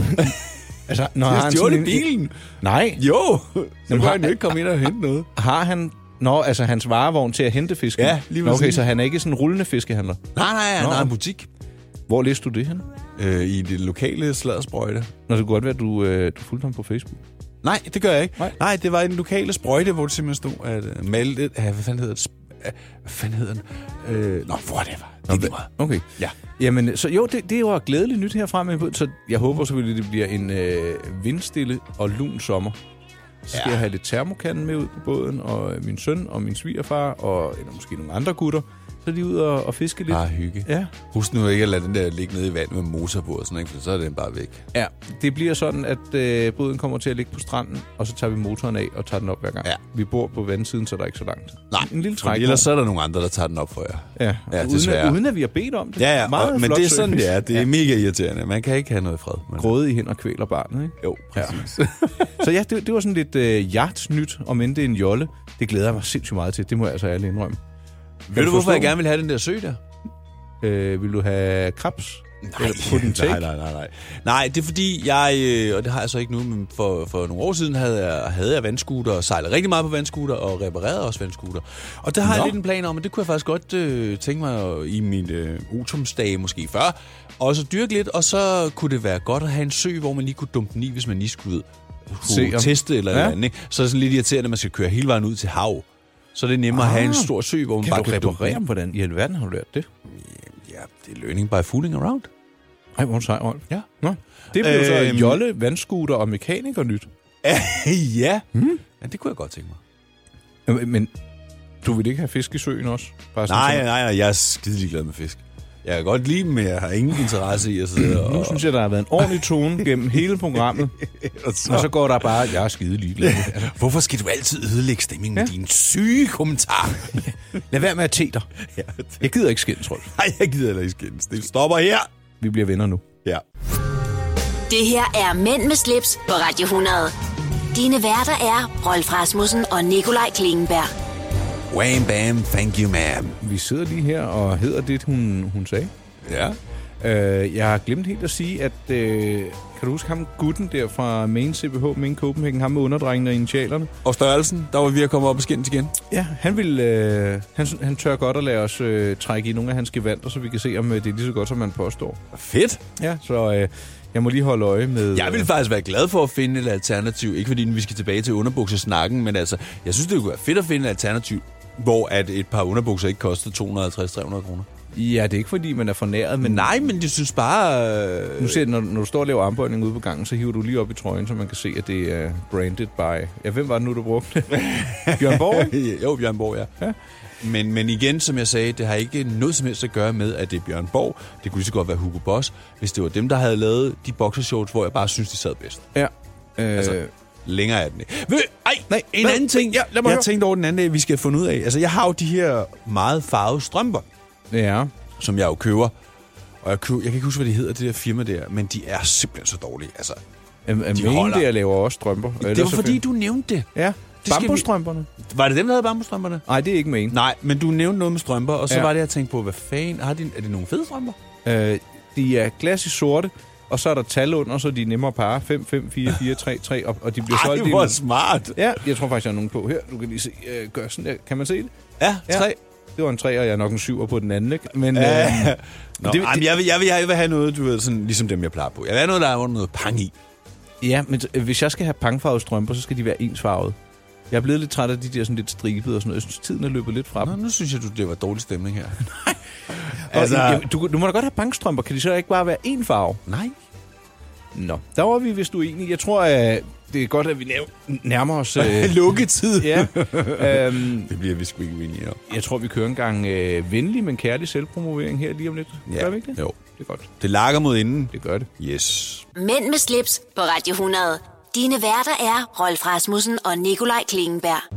Altså, når Han har har han stjålet sådan en- bilen. Nej, Jo, så Jamen, kunne har- han jo ikke komme ind og hente noget. har han... Nå, altså hans varevogn til at hente fisken. Ja, lige Nå, okay, præcis. så han er ikke sådan en rullende fiskehandler. Nej, nej, han Nå. har en butik Hvor læste du det hen? øh, i det lokale sladdersprøjte. Når det kunne godt være, at du, øh, du fulgte ham på Facebook. Nej, det gør jeg ikke. Nej. Nej, det var i den lokale sprøjte, hvor det simpelthen stod, at uh, male det... Ja, hvad fanden hedder det? Sp- uh, hvad fanden hedder den? Øh, nå, whatever. Det er lige meget. Okay. Ja. Jamen, så jo, det, det er jo glædeligt nyt herfra med, så jeg håber selvfølgelig, det bliver en øh, vindstille og lun sommer. Så skal Ja. jeg have lidt termokanden med ud på båden, og øh, min søn og min svigerfar, og eller måske nogle andre gutter. Så Så er de ud og, og fiske lidt. Bare hygge. Ja. Husk nu ikke at lade den der ligge nede i vand med motor på, og sådan, ikke? For så er den bare væk. Ja, det bliver sådan, at øh, båden kommer til at ligge på stranden, og så tager vi motoren af og tager den op hver gang. Ja. Vi bor på vandsiden, så der er ikke så langt. Nej, en lille for træk. ellers så er der nogle andre, der tager den op for jer. Ja, Ja, uden, desværre. at, uden at vi har bedt om det. Ja, ja, Meget og, men flot det er sådan, service. det er. Det er mega irriterende. Man kan ikke have noget fred. Men... Gråde i hænder kvæler barnet, ikke? Jo, præcis. Ja. Så ja, det, det var sådan lidt øh, jagtsnyt, om end det er en jolle. Det glæder jeg mig sindssygt meget til. Det må jeg altså ærligt indrømme. Ved du, hvorfor jeg gerne vil have den der sø der? Øh, vil du have krabs? Nej, nej, nej, nej, nej. Nej, det er fordi, jeg, øh, og det har jeg så ikke nu, men for, for nogle år siden havde jeg, havde jeg vandscooter og sejlede rigtig meget på vandscooter og reparerede også vandscooter. Og der har Nå. jeg lidt en plan om, og det kunne jeg faktisk godt øh, tænke mig i mine øh, utumsdage måske før, og så dyrke lidt, og så kunne det være godt at have en sø, hvor man lige kunne dumpe den i, hvis man lige skulle ud kunne teste eller ja. andet. Ikke? Så er det sådan lidt irriterende, at man skal køre hele vejen ud til hav. Så er det nemmere ah. at have en stor sø, hvor man kan bare kan dumpe. reparere dem. Hvordan i alverden har du lært det? Ja, det er learning by fooling around. Ej, hvor sej, Rolf. Ja. Nå. Det bliver så Øhm. jolle, vandscooter og mekaniker nyt. ja. Hmm? Ja, det kunne jeg godt tænke mig. Men, men du vil ikke have fisk i søen også? Bare sådan Nej, sådan. nej, nej, jeg er skidelig glad med fisk. Jeg kan godt lide dem, men jeg har ingen interesse i at sidde og... Nu synes jeg, der har været en ordentlig tone gennem hele programmet. og, så... og så går der bare, jeg er skide ligeglad. Hvorfor skal du altid ødelægge stemningen ja. med dine syge kommentarer? Lad være med at te dig. Ja, det... Jeg gider ikke skændes, Rolf. Nej, jeg gider heller ikke skændes. Det stopper her. Vi bliver venner nu. Ja. Det her er Mænd med slips på Radio hundrede. Dine værter er Rolf Rasmussen og Nikolaj Klingenberg. Wham bam, thank you ma'am. Vi sidder lige her og hedder det, hun, hun sagde. Ja. Øh, jeg har glemt helt at sige, at øh, kan du huske ham gutten der fra Main C B H, Main Copenhagen, ham med underdrengene og initialerne? Og størrelsen, der var vi at komme op og skændes igen. Ja, han vil, øh, han, han tør godt at lade os øh, trække i nogle af hans gevanter, så vi kan se, om øh, det er lige så godt, som man påstår. Fedt. Ja, så øh, jeg må lige holde øje med... Jeg vil faktisk være glad for at finde et alternativ. Ikke fordi vi skal tilbage til underbuksesnakken, men altså, jeg synes, det kunne være fedt at finde et alternativ, hvor at et par underbukser ikke koster to hundrede og halvtreds til tre hundrede kroner. Ja, det er ikke fordi, man er fornæret, men... Nej, men jeg synes bare... Øh... Nu ser du, når, når du står og laver armbøjning ude på gangen, så hiver du lige op i trøjen, så man kan se, at det er branded by... Ja, hvem var det nu, du brugte? Bjørn Borg? Jo, Bjørn Borg, ja. ja. Men, men igen, som jeg sagde, det har ikke noget som helst at gøre med, at det er Bjørn Borg. Det kunne lige så godt være Hugo Boss, hvis det var dem, der havde lavet de boxershorts, hvor jeg bare synes, de sad bedst. Ja. Øh... Altså, længere er den ikke. Ved, ej, nej, en hvad? anden ting, Ja, jeg har tænkt over den anden dag, vi skal have fundet ud af. Altså, jeg har jo de her meget farvede strømper. Ja. Som jeg jo køber. Og jeg, køber, jeg kan ikke huske, hvad de hedder, det der firma der, men de er simpelthen så dårlige. Altså, de holder. Jeg laver også strømper. Det var fordi, du nævnte det. Ja, det bambusstrømperne. Vi... Var det dem, der havde bambusstrømperne? Nej, det er ikke Maine. Nej, men du nævnte noget med strømper, og så ja. var det, jeg tænkte på, hvad fanden, har de, er det nogle fede strømper? Øh, de er glas i sorte, og så er der tal under, så de er nemmere at parre. fem, fem, fire, fire, tre, tre, og, og de bliver solgt. Ej, hvor smart. Ja, jeg tror faktisk, jeg har nogen på her. Du kan lige se, øh, gør sådan der. Kan man se det? Ja, tre. Ja. Det var en tre, og jeg er nok en syver på den anden, ikke? Men, ja. øh, Nå, det, det, jeg, vil, jeg, vil, jeg vil have noget, du ved, sådan, ligesom dem, jeg plejer på. Jeg vil have noget, der er noget pang i. Ja, men øh, hvis jeg skal have pangfarvede strømper, så skal de være ensfarvede. Jeg er blevet lidt træt af de der sådan lidt stribede og sådan noget. Jeg synes, tiden er løbet lidt fra dem. Nå, nu synes jeg, du, det var dårlig stemning her. Nej. Altså, og, du, du må da godt have pangstrømper. Kan de så ikke bare være én farve? Nej. Nå, der var vi vist uenige. Jeg tror, at det er godt, at vi nærmer os... Øh, lukketid. Ja. øhm, det bliver vi sgu ikke uenige om. Jeg tror, vi kører en gang øh, venlig, men kærlig selvpromovering her lige om lidt. Ja. Gør vi ikke det? Jo. Det er godt. Det lakker mod inden. Det gør det. Yes. Mænd med slips på Radio hundrede. Dine værter er Rolf Rasmussen og Nikolaj Klingenberg.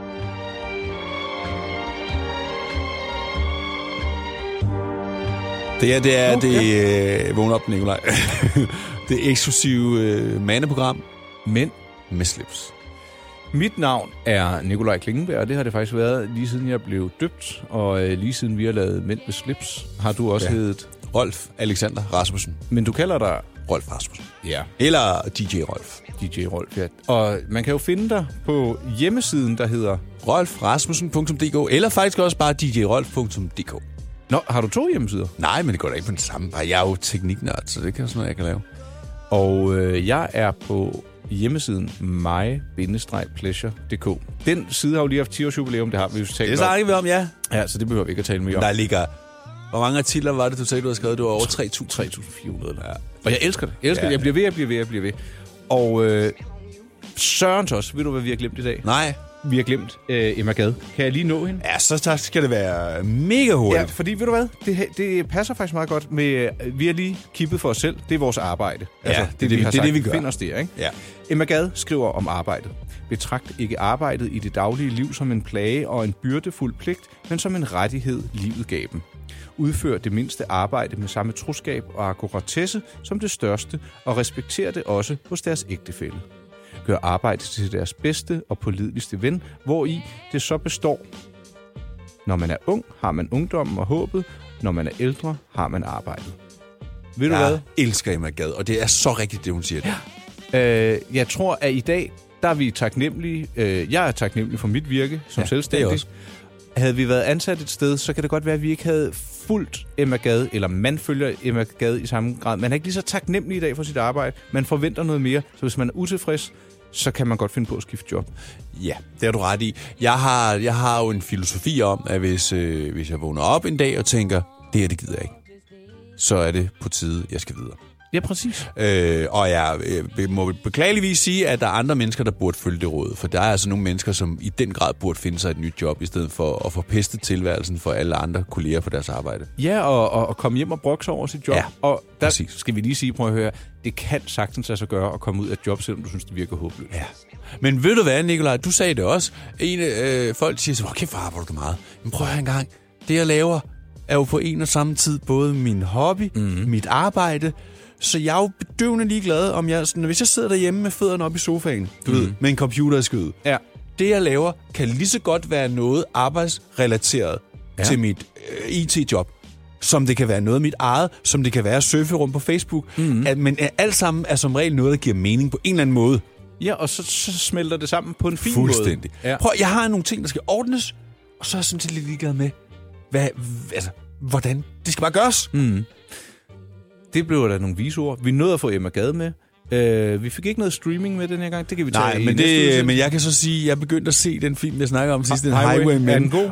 Det her, det er okay. det... Øh, vågn op, Nikolaj. Det eksklusive øh, mandeprogram. Mænd med slips. Mit navn er Nikolaj Klingenberg, og det har det faktisk været lige siden jeg blev døbt, og øh, lige siden vi har lavet Mænd med slips, har du også ja. heddet... Rolf Alexander Rasmussen. Men du kalder dig... Rolf Rasmussen. Ja. Eller D J Rolf. D J Rolf, ja. Og man kan jo finde dig på hjemmesiden, der hedder... rolf rasmussen punktum d k, eller faktisk også bare d j rolf punktum d k. Nå, har du to hjemmesider? Nej, men det går da ikke på den samme. Jeg er jo tekniknørd, så det kan sådan noget, jeg kan lave. Og øh, jeg er på hjemmesiden my bindestreg pleasure punktum d k. Den side har jo lige haft ti års jubilæum, det har vi jo talt om. Det snakker vi om, ja. Ja, så det behøver vi ikke at tale mere om. Der ligger... Hvor mange artikler var det, du sagde, du havde skrevet? Det var over tre tusind fire hundrede. Ja. Og jeg elsker det. Jeg elsker ja. det. Jeg bliver ved, jeg bliver ved, jeg bliver ved. Og øh, Sørens også. Ved du, hvad vi har glemt i dag? Nej. vi har glemt øh, Emma Gad. Kan jeg lige nå hende? Ja, så tak skal det være mega hurtigt. Ja, fordi ved du hvad? Det, det passer faktisk meget godt med... Vi har lige kippet for os selv. Det er vores arbejde. Ja, det er det, vi, har det, er sagt. det, vi gør. Find os der, ikke? Ja. Emma Gad skriver om arbejdet. Betragt ikke arbejdet i det daglige liv som en plage og en byrdefuld pligt, men som en rettighed, livet gav dem. Udfør det mindste arbejde med samme troskab og akkuratesse som det største, og respekter det også hos deres ægtefælle. Gør arbejdet til deres bedste og pålideligste ven, hvori det så består. Når man er ung, har man ungdommen og håbet. Når man er ældre, har man arbejdet. Ved du jeg hvad? elsker Emma Gad, og det er så rigtigt, det hun siger. Ja. Øh, jeg tror, at i dag, der er vi taknemmelige. Øh, jeg er taknemmelig for mit virke som Ja, selvstændig. det er også. Havde vi været ansat et sted, så kan det godt være, at vi ikke havde fulgt Emma Gad, eller man følger Emma Gad i samme grad. Man er ikke lige så taknemmelig i dag for sit arbejde. Man forventer noget mere, så hvis man er utilfreds, så kan man godt finde på at skifte job. Ja, det har du ret i. Jeg har, jeg har jo en filosofi om, at hvis, øh, hvis jeg vågner op en dag og tænker, det her, det gider jeg ikke, så er det på tide, jeg skal videre. Ja, præcis. Øh, og jeg øh, må beklageligvis sige, at der er andre mennesker, der burde følge det råd. For der er altså nogle mennesker, som i den grad burde finde sig et nyt job, i stedet for at forpeste tilværelsen for alle andre kolleger på deres arbejde. Ja, og, og, og komme hjem og brokse over sit job. Ja, og der præcis. skal vi lige sige, prøv at høre, det kan sagtens lade sig gøre at komme ud af job, selvom du synes, det virker håbløst. Ja. Men ved du hvad, Nikolaj? Du sagde det også. En øh, folk siger så, okay, hvor arbejder du meget? Men prøv at høre en gang. Det, jeg laver, er jo på en og samme tid både min hobby, mm-hmm. mit arbejde. Så jeg er jo bedøvende ligeglad, om jeg, sådan, hvis jeg sidder derhjemme med fødderne op i sofaen, du mm. ved, med en computer i skødet. Ja. Det, jeg laver, kan lige så godt være noget arbejdsrelateret ja. til mit øh, I T-job, som det kan være noget af mit eget, som det kan være at surfe rundt på Facebook. Mm. At, men alt sammen er som regel noget, der giver mening på en eller anden måde. Ja, og så, så smelter det sammen på en fin måde. Fuldstændig. Ja. Prøv, jeg har nogle ting, der skal ordnes, og så er jeg sådan set lidt ligeglad med, hvad, altså, hvordan det skal bare gøres. Mm. Det blev der nogle visord. Vi nåede at få Emma Gad med. Uh, vi fik ikke noget streaming med den her gang. Det kan vi tage. Nej, i men, næste det, men jeg kan så sige, at jeg begyndte at se den film, jeg snakker om sidst, den Highway. Highwaymen. Er den god?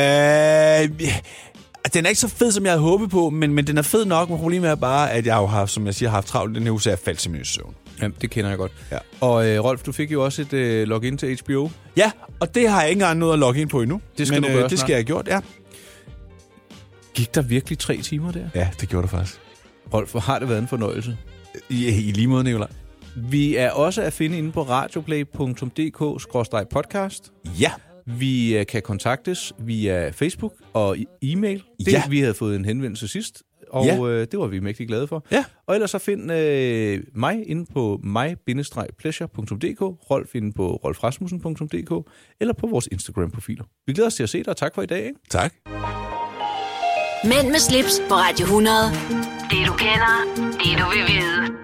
Uh, den er ikke så fed, som jeg havde håbet på, men, men den er fed nok. Men problemet er bare, at jeg har haft, som jeg siger, haft travlt den her uge, så jeg faldt simpelthen i søvn. Ja, det kender jeg godt. Ja. Og uh, Rolf, du fik jo også et uh, login til H B O. Ja, og det har jeg ikke engang nået at logge ind på endnu. Det skal men, du gøre øh, det skal snart. jeg have gjort, ja. Gik der virkelig tre timer der? Ja, det gjorde det faktisk. Rolf, hvor har det været en fornøjelse? I, i lige måde, Nicolaj. Vi er også at finde inde på radioplay punktum d k skråstreg podcast. Ja. Vi kan kontaktes via Facebook og e-mail. Det, Ja. Vi havde fået en henvendelse sidst, og Ja. øh, det var vi mægtig glade for. Ja. Og ellers så find øh, mig inde på my bindestreg pleasure punktum d k, Rolf inde på rolf rasmussen punktum d k, eller på vores Instagram-profiler. Vi glæder os til at se dig, og tak for i dag. Ikke? Tak. Mænd med slips på Radio hundrede. Det du kender, det du vil vide.